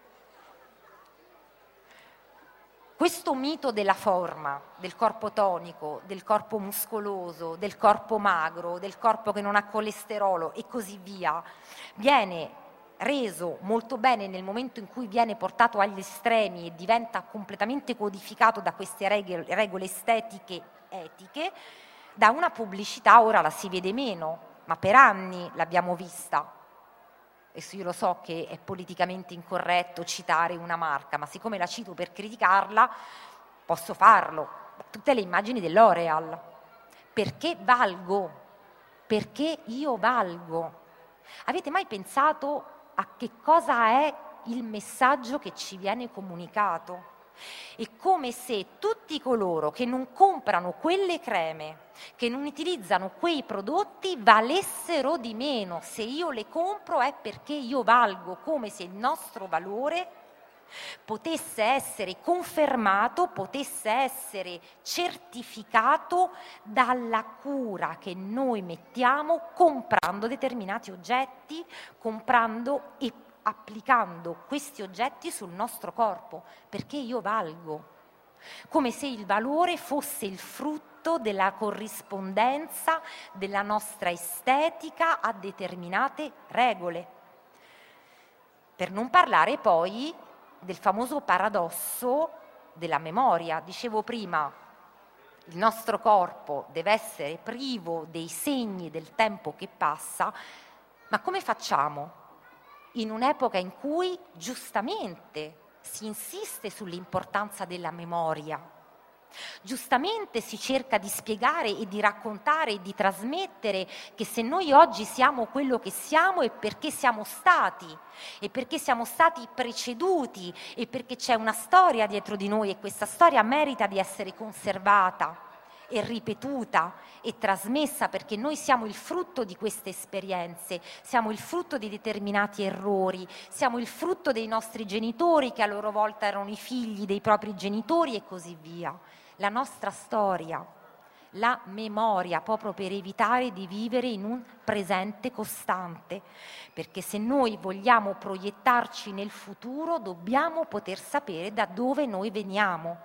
Questo mito della forma, del corpo tonico, del corpo muscoloso, del corpo magro, del corpo che non ha colesterolo e così via, viene reso molto bene nel momento in cui viene portato agli estremi e diventa completamente codificato da queste regole, regole estetiche, etiche, da una pubblicità. Ora la si vede meno, ma per anni l'abbiamo vista. Adesso io lo so che è politicamente incorretto citare una marca, ma siccome la cito per criticarla, posso farlo. Tutte le immagini dell'Oreal. Perché valgo? Perché io valgo? Avete mai pensato a che cosa è il messaggio che ci viene comunicato? È come se tutti coloro che non comprano quelle creme, che non utilizzano quei prodotti, valessero di meno. Se io le compro è perché io valgo, come se il nostro valore potesse essere confermato, potesse essere certificato dalla cura che noi mettiamo comprando determinati oggetti, comprando e applicando questi oggetti sul nostro corpo, perché io valgo, come se il valore fosse il frutto della corrispondenza della nostra estetica a determinate regole. Per non parlare poi del famoso paradosso della memoria. Dicevo prima, il nostro corpo deve essere privo dei segni del tempo che passa, ma come facciamo? In un'epoca in cui giustamente si insiste sull'importanza della memoria, giustamente si cerca di spiegare e di raccontare e di trasmettere che se noi oggi siamo quello che siamo è perché siamo stati, e perché siamo stati preceduti, e perché c'è una storia dietro di noi e questa storia merita di essere conservata e ripetuta e trasmessa, perché noi siamo il frutto di queste esperienze, siamo il frutto di determinati errori, siamo il frutto dei nostri genitori che a loro volta erano i figli dei propri genitori e così via. La nostra storia, la memoria, proprio per evitare di vivere in un presente costante, perché se noi vogliamo proiettarci nel futuro dobbiamo poter sapere da dove noi veniamo.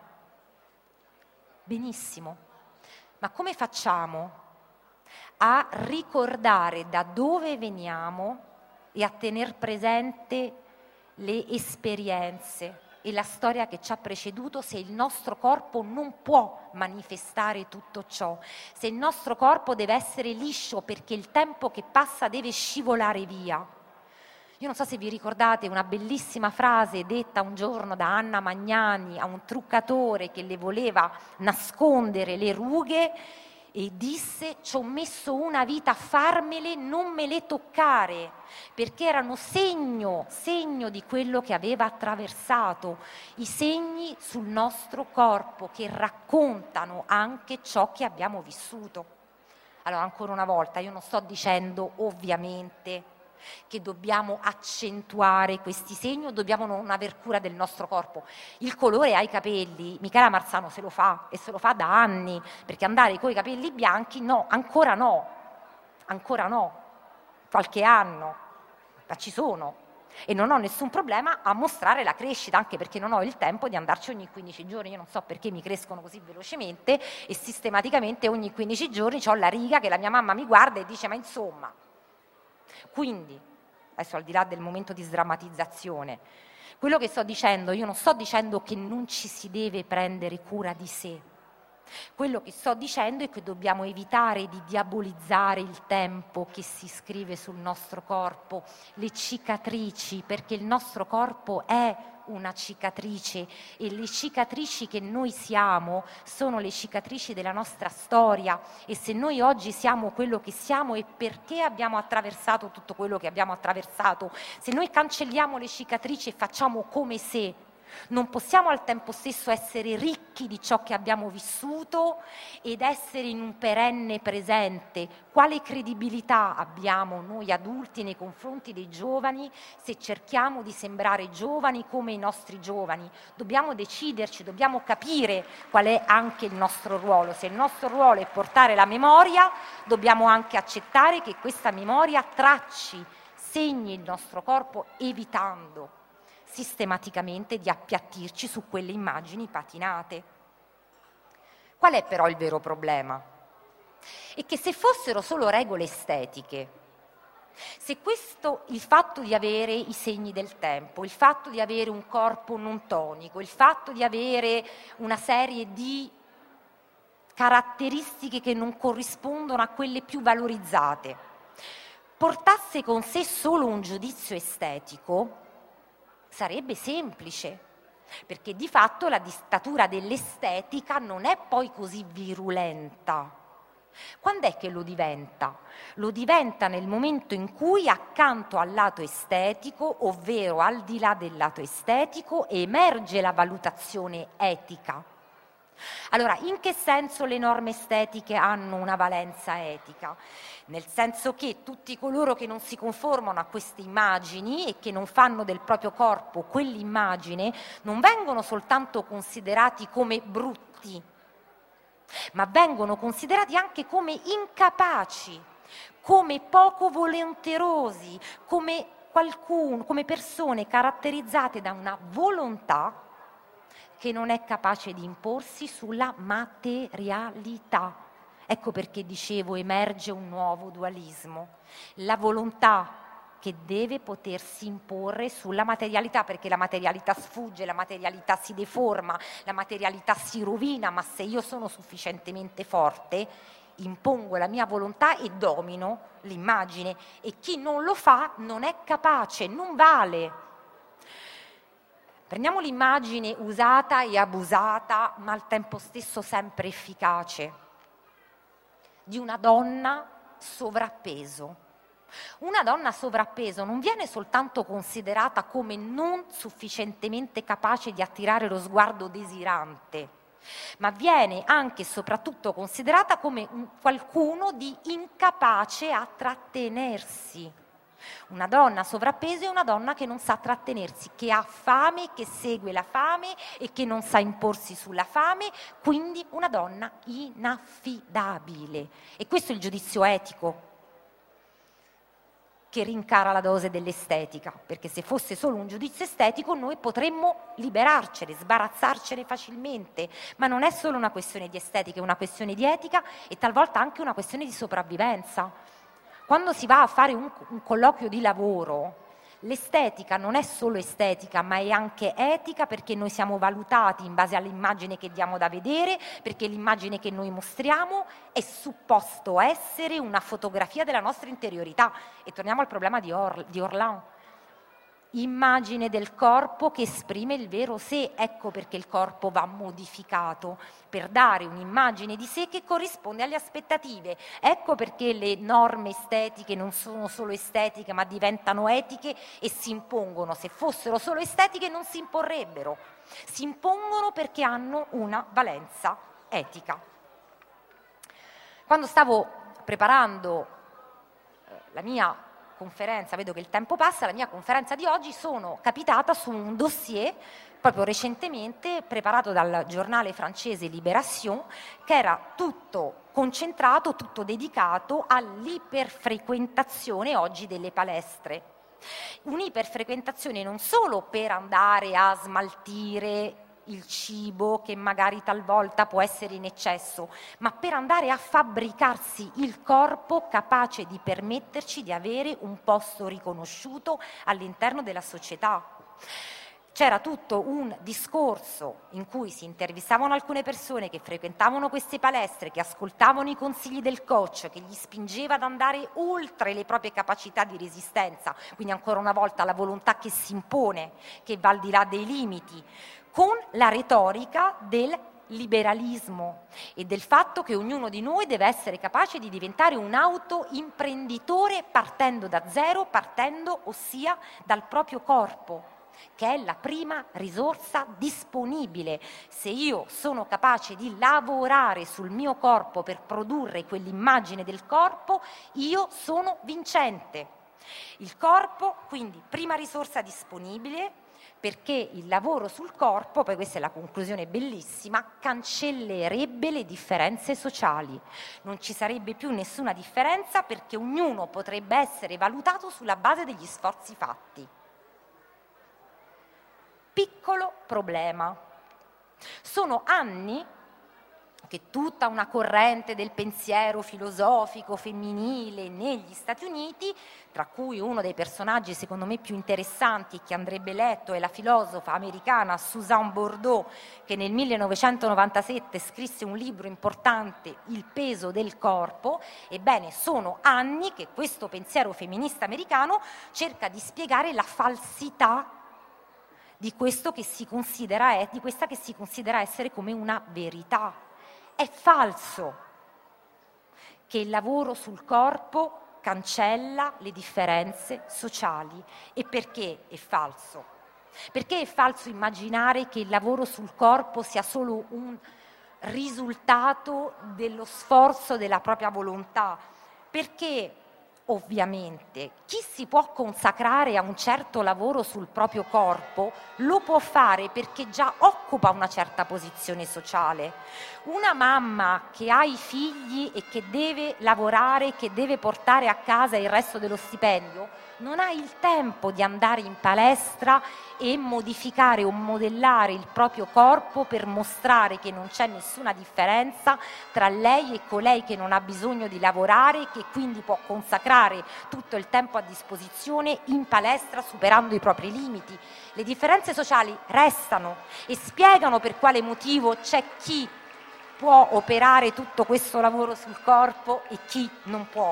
Benissimo. Ma come facciamo a ricordare da dove veniamo e a tener presente le esperienze e la storia che ci ha preceduto se il nostro corpo non può manifestare tutto ciò, se il nostro corpo deve essere liscio perché il tempo che passa deve scivolare via? Io non so se vi ricordate una bellissima frase detta un giorno da Anna Magnani a un truccatore che le voleva nascondere le rughe e disse: ci ho messo una vita a farmele, non me le toccare, perché erano segno, segno di quello che aveva attraversato, i segni sul nostro corpo che raccontano anche ciò che abbiamo vissuto. Allora, ancora una volta, io non sto dicendo ovviamente che dobbiamo accentuare questi segni o dobbiamo non aver cura del nostro corpo? Il colore ai capelli, Michela Marzano se lo fa e se lo fa da anni, perché andare con i capelli bianchi no, ancora no, ancora no, qualche anno, ma ci sono. E non ho nessun problema a mostrare la crescita, anche perché non ho il tempo di andarci ogni quindici giorni. Io non so perché mi crescono così velocemente e sistematicamente ogni quindici giorni ho la riga che la mia mamma mi guarda e dice ma insomma. Quindi, adesso al di là del momento di sdrammatizzazione, quello che sto dicendo, io non sto dicendo che non ci si deve prendere cura di sé. Quello che sto dicendo è che dobbiamo evitare di diabolizzare il tempo che si scrive sul nostro corpo, le cicatrici, perché il nostro corpo è una cicatrice e le cicatrici che noi siamo sono le cicatrici della nostra storia, e se noi oggi siamo quello che siamo è perché abbiamo attraversato tutto quello che abbiamo attraversato. Se noi cancelliamo le cicatrici e facciamo come se, non possiamo al tempo stesso essere ricchi di ciò che abbiamo vissuto ed essere in un perenne presente. Quale credibilità abbiamo noi adulti nei confronti dei giovani se cerchiamo di sembrare giovani come i nostri giovani? Dobbiamo deciderci, dobbiamo capire qual è anche il nostro ruolo. Se il nostro ruolo è portare la memoria, dobbiamo anche accettare che questa memoria tracci, segni il nostro corpo, evitando sistematicamente di appiattirci su quelle immagini patinate. Qual è però il vero problema? È che se fossero solo regole estetiche, se questo, il fatto di avere i segni del tempo, il fatto di avere un corpo non tonico, il fatto di avere una serie di caratteristiche che non corrispondono a quelle più valorizzate, portasse con sé solo un giudizio estetico, sarebbe semplice, perché di fatto la dittatura dell'estetica non è poi così virulenta. Quando è che lo diventa? Lo diventa nel momento in cui accanto al lato estetico, ovvero al di là del lato estetico, emerge la valutazione etica. Allora, in che senso le norme estetiche hanno una valenza etica? Nel senso che tutti coloro che non si conformano a queste immagini e che non fanno del proprio corpo quell'immagine non vengono soltanto considerati come brutti, ma vengono considerati anche come incapaci, come poco volenterosi, come qualcuno, come persone caratterizzate da una volontà che non è capace di imporsi sulla materialità. Ecco perché dicevo emerge un nuovo dualismo, la volontà che deve potersi imporre sulla materialità, perché la materialità sfugge, la materialità si deforma, la materialità si rovina, ma se io sono sufficientemente forte impongo la mia volontà e domino l'immagine, e chi non lo fa non è capace, non vale. Prendiamo l'immagine usata e abusata, ma al tempo stesso sempre efficace, di una donna sovrappeso. Una donna sovrappeso non viene soltanto considerata come non sufficientemente capace di attirare lo sguardo desirante, ma viene anche e soprattutto considerata come un qualcuno di incapace a trattenersi. Una donna sovrappeso è una donna che non sa trattenersi, che ha fame, che segue la fame e che non sa imporsi sulla fame, quindi una donna inaffidabile. E questo è il giudizio etico che rincara la dose dell'estetica, perché se fosse solo un giudizio estetico noi potremmo liberarcene, sbarazzarcene facilmente, ma non è solo una questione di estetica, è una questione di etica e talvolta anche una questione di sopravvivenza. Quando si va a fare un, un colloquio di lavoro, l'estetica non è solo estetica, ma è anche etica, perché noi siamo valutati in base all'immagine che diamo da vedere, perché l'immagine che noi mostriamo è supposto essere una fotografia della nostra interiorità. E torniamo al problema di, Or, di Orlan. Immagine del corpo che esprime il vero sé, ecco perché il corpo va modificato per dare un'immagine di sé che corrisponde alle aspettative, ecco perché le norme estetiche non sono solo estetiche ma diventano etiche e si impongono. Se fossero solo estetiche non si imporrebbero, si impongono perché hanno una valenza etica. Quando stavo preparando la mia conferenza, vedo che il tempo passa, la mia conferenza di oggi sono capitata su un dossier proprio recentemente preparato dal giornale francese Libération, che era tutto concentrato, tutto dedicato all'iperfrequentazione oggi delle palestre. Un'iperfrequentazione non solo per andare a smaltire il cibo che magari talvolta può essere in eccesso, ma per andare a fabbricarsi il corpo capace di permetterci di avere un posto riconosciuto all'interno della società. C'era tutto un discorso in cui si intervistavano alcune persone che frequentavano queste palestre, che ascoltavano i consigli del coach, che gli spingeva ad andare oltre le proprie capacità di resistenza, quindi ancora una volta la volontà che si impone, che va al di là dei limiti, con la retorica del liberalismo e del fatto che ognuno di noi deve essere capace di diventare un autoimprenditore partendo da zero, partendo ossia dal proprio corpo, che è la prima risorsa disponibile. Se io sono capace di lavorare sul mio corpo per produrre quell'immagine del corpo, io sono vincente. Il corpo, quindi, prima risorsa disponibile, perché il lavoro sul corpo, poi questa è la conclusione bellissima, cancellerebbe le differenze sociali. Non ci sarebbe più nessuna differenza perché ognuno potrebbe essere valutato sulla base degli sforzi fatti. Piccolo problema. Sono anni che tutta una corrente del pensiero filosofico femminile negli Stati Uniti, tra cui uno dei personaggi secondo me più interessanti e che andrebbe letto è la filosofa americana Susan Bordeaux, che nel millenovecentonovantasette scrisse un libro importante, Il peso del corpo. Ebbene, sono anni che questo pensiero femminista americano cerca di spiegare la falsità di questo che si considera, di questa che si considera essere come una verità. È falso che il lavoro sul corpo cancella le differenze sociali. E perché è falso? Perché è falso immaginare che il lavoro sul corpo sia solo un risultato dello sforzo della propria volontà? Perché ovviamente chi si può consacrare a un certo lavoro sul proprio corpo lo può fare perché già occupa una certa posizione sociale. Una mamma che ha i figli e che deve lavorare, che deve portare a casa il resto dello stipendio, non ha il tempo di andare in palestra e modificare o modellare il proprio corpo per mostrare che non c'è nessuna differenza tra lei e colei che non ha bisogno di lavorare, che quindi può consacrare tutto il tempo a disposizione in palestra superando i propri limiti. Le differenze sociali restano e spiegano per quale motivo c'è chi può operare tutto questo lavoro sul corpo e chi non può.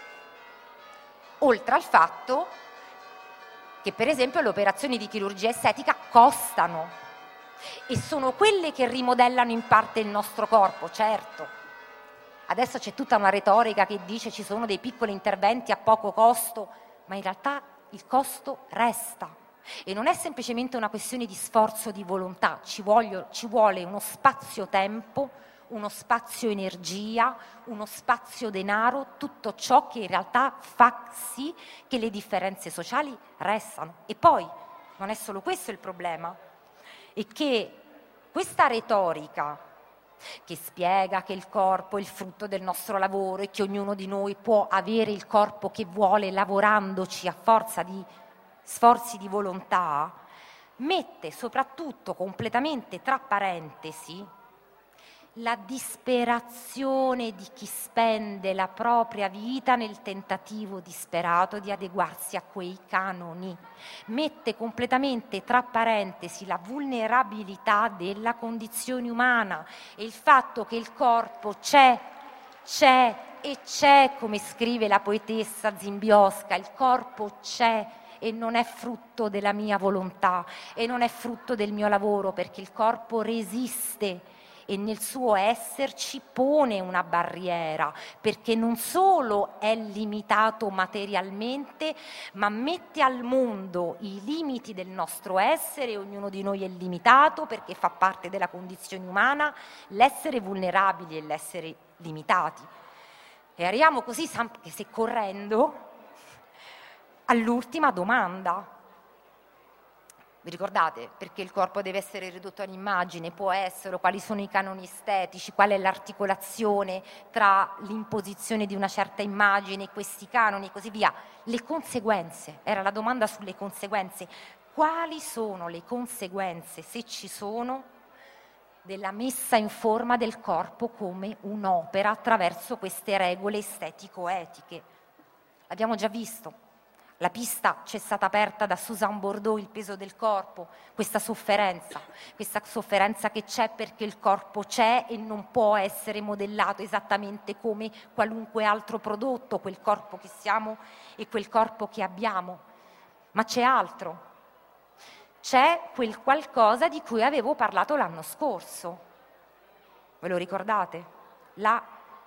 Oltre al fatto che per esempio le operazioni di chirurgia estetica costano e sono quelle che rimodellano in parte il nostro corpo, certo. Adesso c'è tutta una retorica che dice ci sono dei piccoli interventi a poco costo, ma in realtà il costo resta. E non è semplicemente una questione di sforzo di volontà, ci, voglio, ci vuole uno spazio-tempo, uno spazio-energia, uno spazio-denaro, tutto ciò che in realtà fa sì che le differenze sociali restano. E poi non è solo questo il problema, è che questa retorica che spiega che il corpo è il frutto del nostro lavoro e che ognuno di noi può avere il corpo che vuole lavorandoci a forza di sforzi di volontà, mette soprattutto completamente tra parentesi la disperazione di chi spende la propria vita nel tentativo disperato di adeguarsi a quei canoni. Mette completamente tra parentesi la vulnerabilità della condizione umana e il fatto che il corpo c'è, c'è e c'è, come scrive la poetessa Zimbiosca, il corpo c'è e non è frutto della mia volontà e non è frutto del mio lavoro, perché il corpo resiste e nel suo esserci pone una barriera, perché non solo è limitato materialmente, ma mette al mondo i limiti del nostro essere. Ognuno di noi è limitato perché fa parte della condizione umana l'essere vulnerabili e l'essere limitati. E arriviamo così, anche se correndo, all'ultima domanda. Vi ricordate? Perché il corpo deve essere ridotto all'immagine, può essere, quali sono i canoni estetici, qual è l'articolazione tra l'imposizione di una certa immagine e questi canoni e così via. Le conseguenze, era la domanda sulle conseguenze. Quali sono le conseguenze, se ci sono, della messa in forma del corpo come un'opera attraverso queste regole estetico-etiche? L'abbiamo già visto. La pista ci è stata aperta da Suzanne Bordeaux, il peso del corpo, questa sofferenza, questa sofferenza che c'è perché il corpo c'è e non può essere modellato esattamente come qualunque altro prodotto, quel corpo che siamo e quel corpo che abbiamo. Ma c'è altro, c'è quel qualcosa di cui avevo parlato l'anno scorso. Ve lo ricordate? La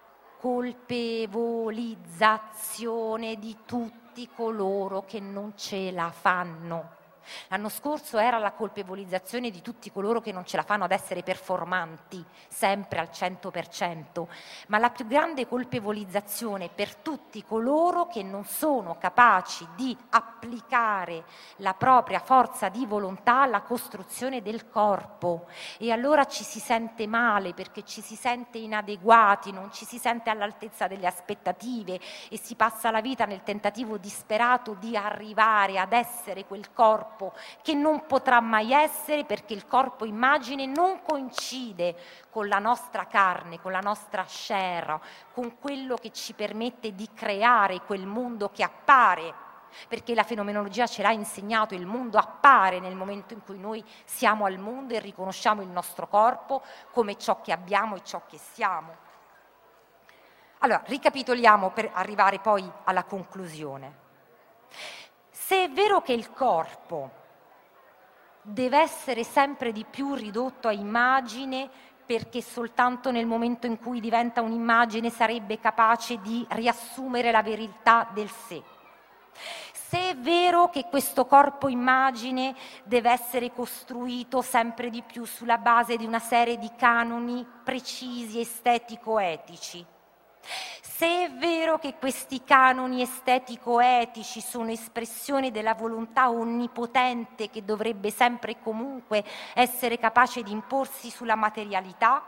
colpevolizzazione di tutti coloro che non ce la fanno. L'anno scorso era la colpevolizzazione di tutti coloro che non ce la fanno ad essere performanti, sempre al cento per cento, ma la più grande colpevolizzazione per tutti coloro che non sono capaci di applicare la propria forza di volontà alla costruzione del corpo. E allora ci si sente male perché ci si sente inadeguati, non ci si sente all'altezza delle aspettative e si passa la vita nel tentativo disperato di arrivare ad essere quel corpo che non potrà mai essere perché il corpo immagine non coincide con la nostra carne, con la nostra chair, con quello che ci permette di creare quel mondo che appare, perché la fenomenologia ce l'ha insegnato, il mondo appare nel momento in cui noi siamo al mondo e riconosciamo il nostro corpo come ciò che abbiamo e ciò che siamo. Allora, ricapitoliamo per arrivare poi alla conclusione. Se è vero che il corpo deve essere sempre di più ridotto a immagine perché soltanto nel momento in cui diventa un'immagine sarebbe capace di riassumere la verità del sé, se è vero che questo corpo immagine deve essere costruito sempre di più sulla base di una serie di canoni precisi estetico-etici, se è vero che questi canoni estetico-etici sono espressione della volontà onnipotente che dovrebbe sempre e comunque essere capace di imporsi sulla materialità,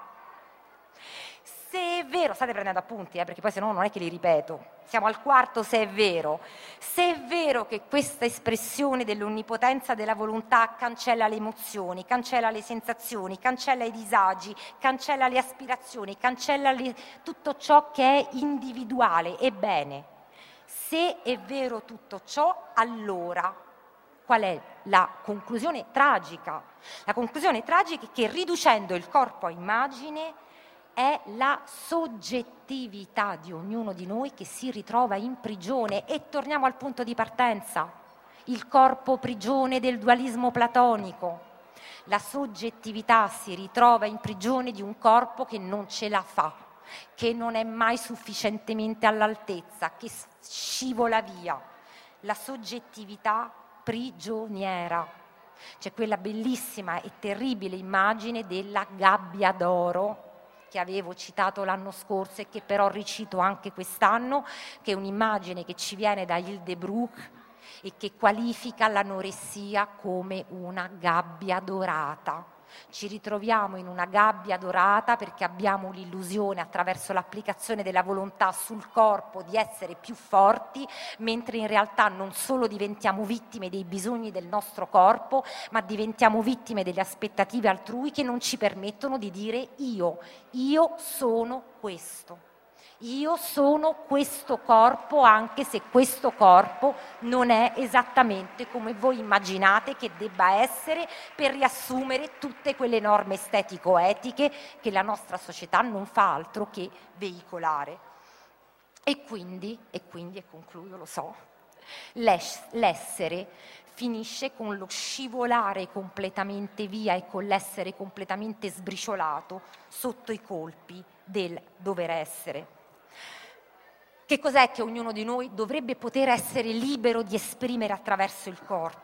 se è vero, state prendendo appunti, eh, perché poi se no non è che li ripeto, siamo al quarto se è vero, se è vero che questa espressione dell'onnipotenza della volontà cancella le emozioni, cancella le sensazioni, cancella i disagi, cancella le aspirazioni, cancella le, tutto ciò che è individuale, ebbene, se è vero tutto ciò, allora qual è la conclusione tragica? La conclusione tragica è che riducendo il corpo a immagine è la soggettività di ognuno di noi che si ritrova in prigione. E torniamo al punto di partenza, il corpo prigione del dualismo platonico. La soggettività si ritrova in prigione di un corpo che non ce la fa, che non è mai sufficientemente all'altezza, che scivola via. La soggettività prigioniera. C'è quella bellissima e terribile immagine della gabbia d'oro che avevo citato l'anno scorso e che però ricito anche quest'anno, che è un'immagine che ci viene da Hildebruck e che qualifica l'anoressia come una gabbia dorata. Ci ritroviamo in una gabbia dorata perché abbiamo l'illusione attraverso l'applicazione della volontà sul corpo di essere più forti, mentre in realtà non solo diventiamo vittime dei bisogni del nostro corpo, ma diventiamo vittime delle aspettative altrui che non ci permettono di dire io, io sono questo. Io sono questo corpo anche se questo corpo non è esattamente come voi immaginate che debba essere per riassumere tutte quelle norme estetico-etiche che la nostra società non fa altro che veicolare. E quindi, e quindi, e concludo, lo so, l'essere finisce con lo scivolare completamente via e con l'essere completamente sbriciolato sotto i colpi del dover essere. Che cos'è che ognuno di noi dovrebbe poter essere libero di esprimere attraverso il corpo?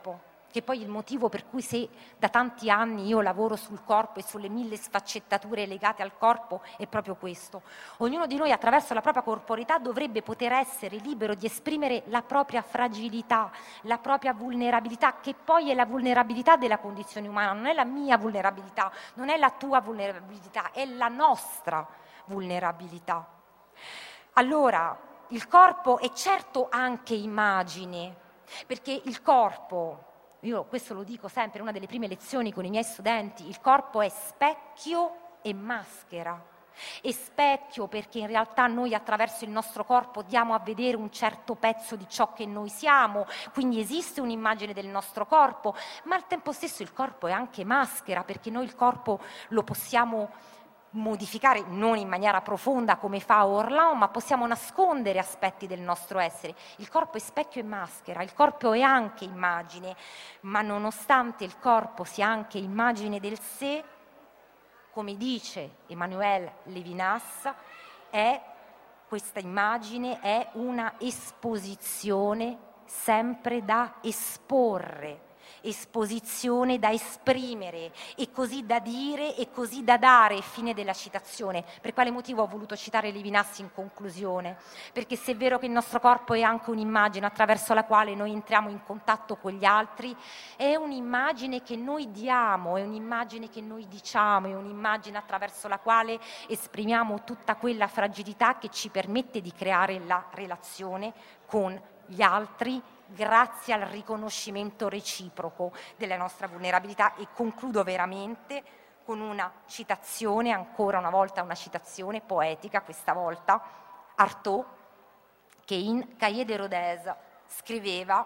che poi è il motivo per cui se da tanti anni io lavoro sul corpo e sulle mille sfaccettature legate al corpo è proprio questo. Ognuno di noi attraverso la propria corporeità dovrebbe poter essere libero di esprimere la propria fragilità, la propria vulnerabilità, che poi è la vulnerabilità della condizione umana, non è la mia vulnerabilità, non è la tua vulnerabilità, è la nostra vulnerabilità. Allora, il corpo è certo anche immagine, perché il corpo, io questo lo dico sempre, una delle prime lezioni con i miei studenti, il corpo è specchio e maschera. È specchio perché in realtà noi attraverso il nostro corpo diamo a vedere un certo pezzo di ciò che noi siamo, quindi esiste un'immagine del nostro corpo, ma al tempo stesso il corpo è anche maschera, perché noi il corpo lo possiamo modificare non in maniera profonda come fa Orlan, ma possiamo nascondere aspetti del nostro essere. Il corpo è specchio e maschera, il corpo è anche immagine, ma nonostante il corpo sia anche immagine del sé, come dice Emmanuel Levinas, è, questa immagine è una esposizione sempre da esporre, esposizione da esprimere e così da dire e così da dare, fine della citazione. Per quale motivo ho voluto citare Levinas in conclusione? Perché se è vero che il nostro corpo è anche un'immagine attraverso la quale noi entriamo in contatto con gli altri, è un'immagine che noi diamo, è un'immagine che noi diciamo, è un'immagine attraverso la quale esprimiamo tutta quella fragilità che ci permette di creare la relazione con gli altri, grazie al riconoscimento reciproco della nostra vulnerabilità. E concludo veramente con una citazione, ancora una volta una citazione poetica, questa volta Artaud, che in Cahiers de Rodez scriveva: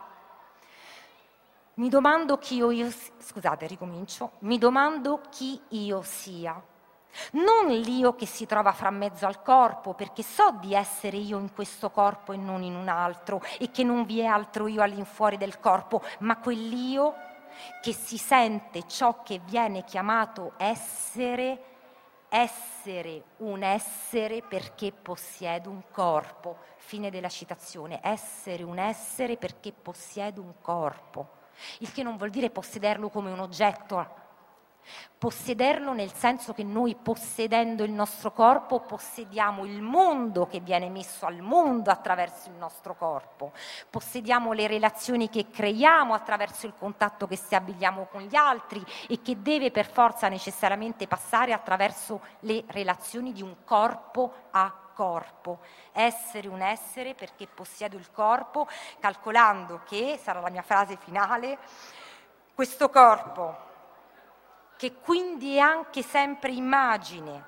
mi domando chi io, io scusate, ricomincio, mi domando chi io sia. Non l'io che si trova fra mezzo al corpo, perché so di essere io in questo corpo e non in un altro, e che non vi è altro io all'infuori del corpo, ma quell'io che si sente ciò che viene chiamato essere, essere un essere perché possiedo un corpo. Fine della citazione. Essere un essere perché possiedo un corpo. Il che non vuol dire possederlo come un oggetto, possederlo nel senso che noi, possedendo il nostro corpo, possediamo il mondo che viene messo al mondo attraverso il nostro corpo, possediamo le relazioni che creiamo attraverso il contatto che stabiliamo con gli altri e che deve per forza necessariamente passare attraverso le relazioni di un corpo a corpo. Essere un essere perché possiedo il corpo, calcolando che, sarà la mia frase finale, questo corpo, che quindi è anche sempre immagine,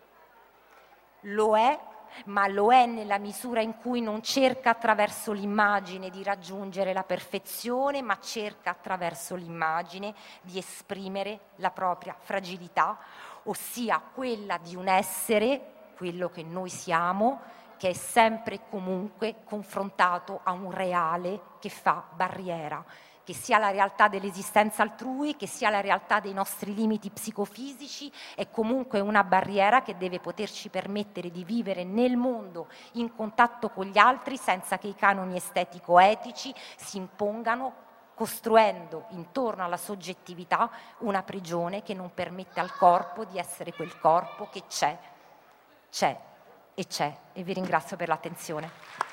lo è, ma lo è nella misura in cui non cerca attraverso l'immagine di raggiungere la perfezione, ma cerca attraverso l'immagine di esprimere la propria fragilità, ossia quella di un essere, quello che noi siamo, che è sempre e comunque confrontato a un reale che fa barriera, che sia la realtà dell'esistenza altrui, che sia la realtà dei nostri limiti psicofisici, è comunque una barriera che deve poterci permettere di vivere nel mondo in contatto con gli altri senza che i canoni estetico-etici si impongano, costruendo intorno alla soggettività una prigione che non permette al corpo di essere quel corpo che c'è, c'è e c'è. E vi ringrazio per l'attenzione.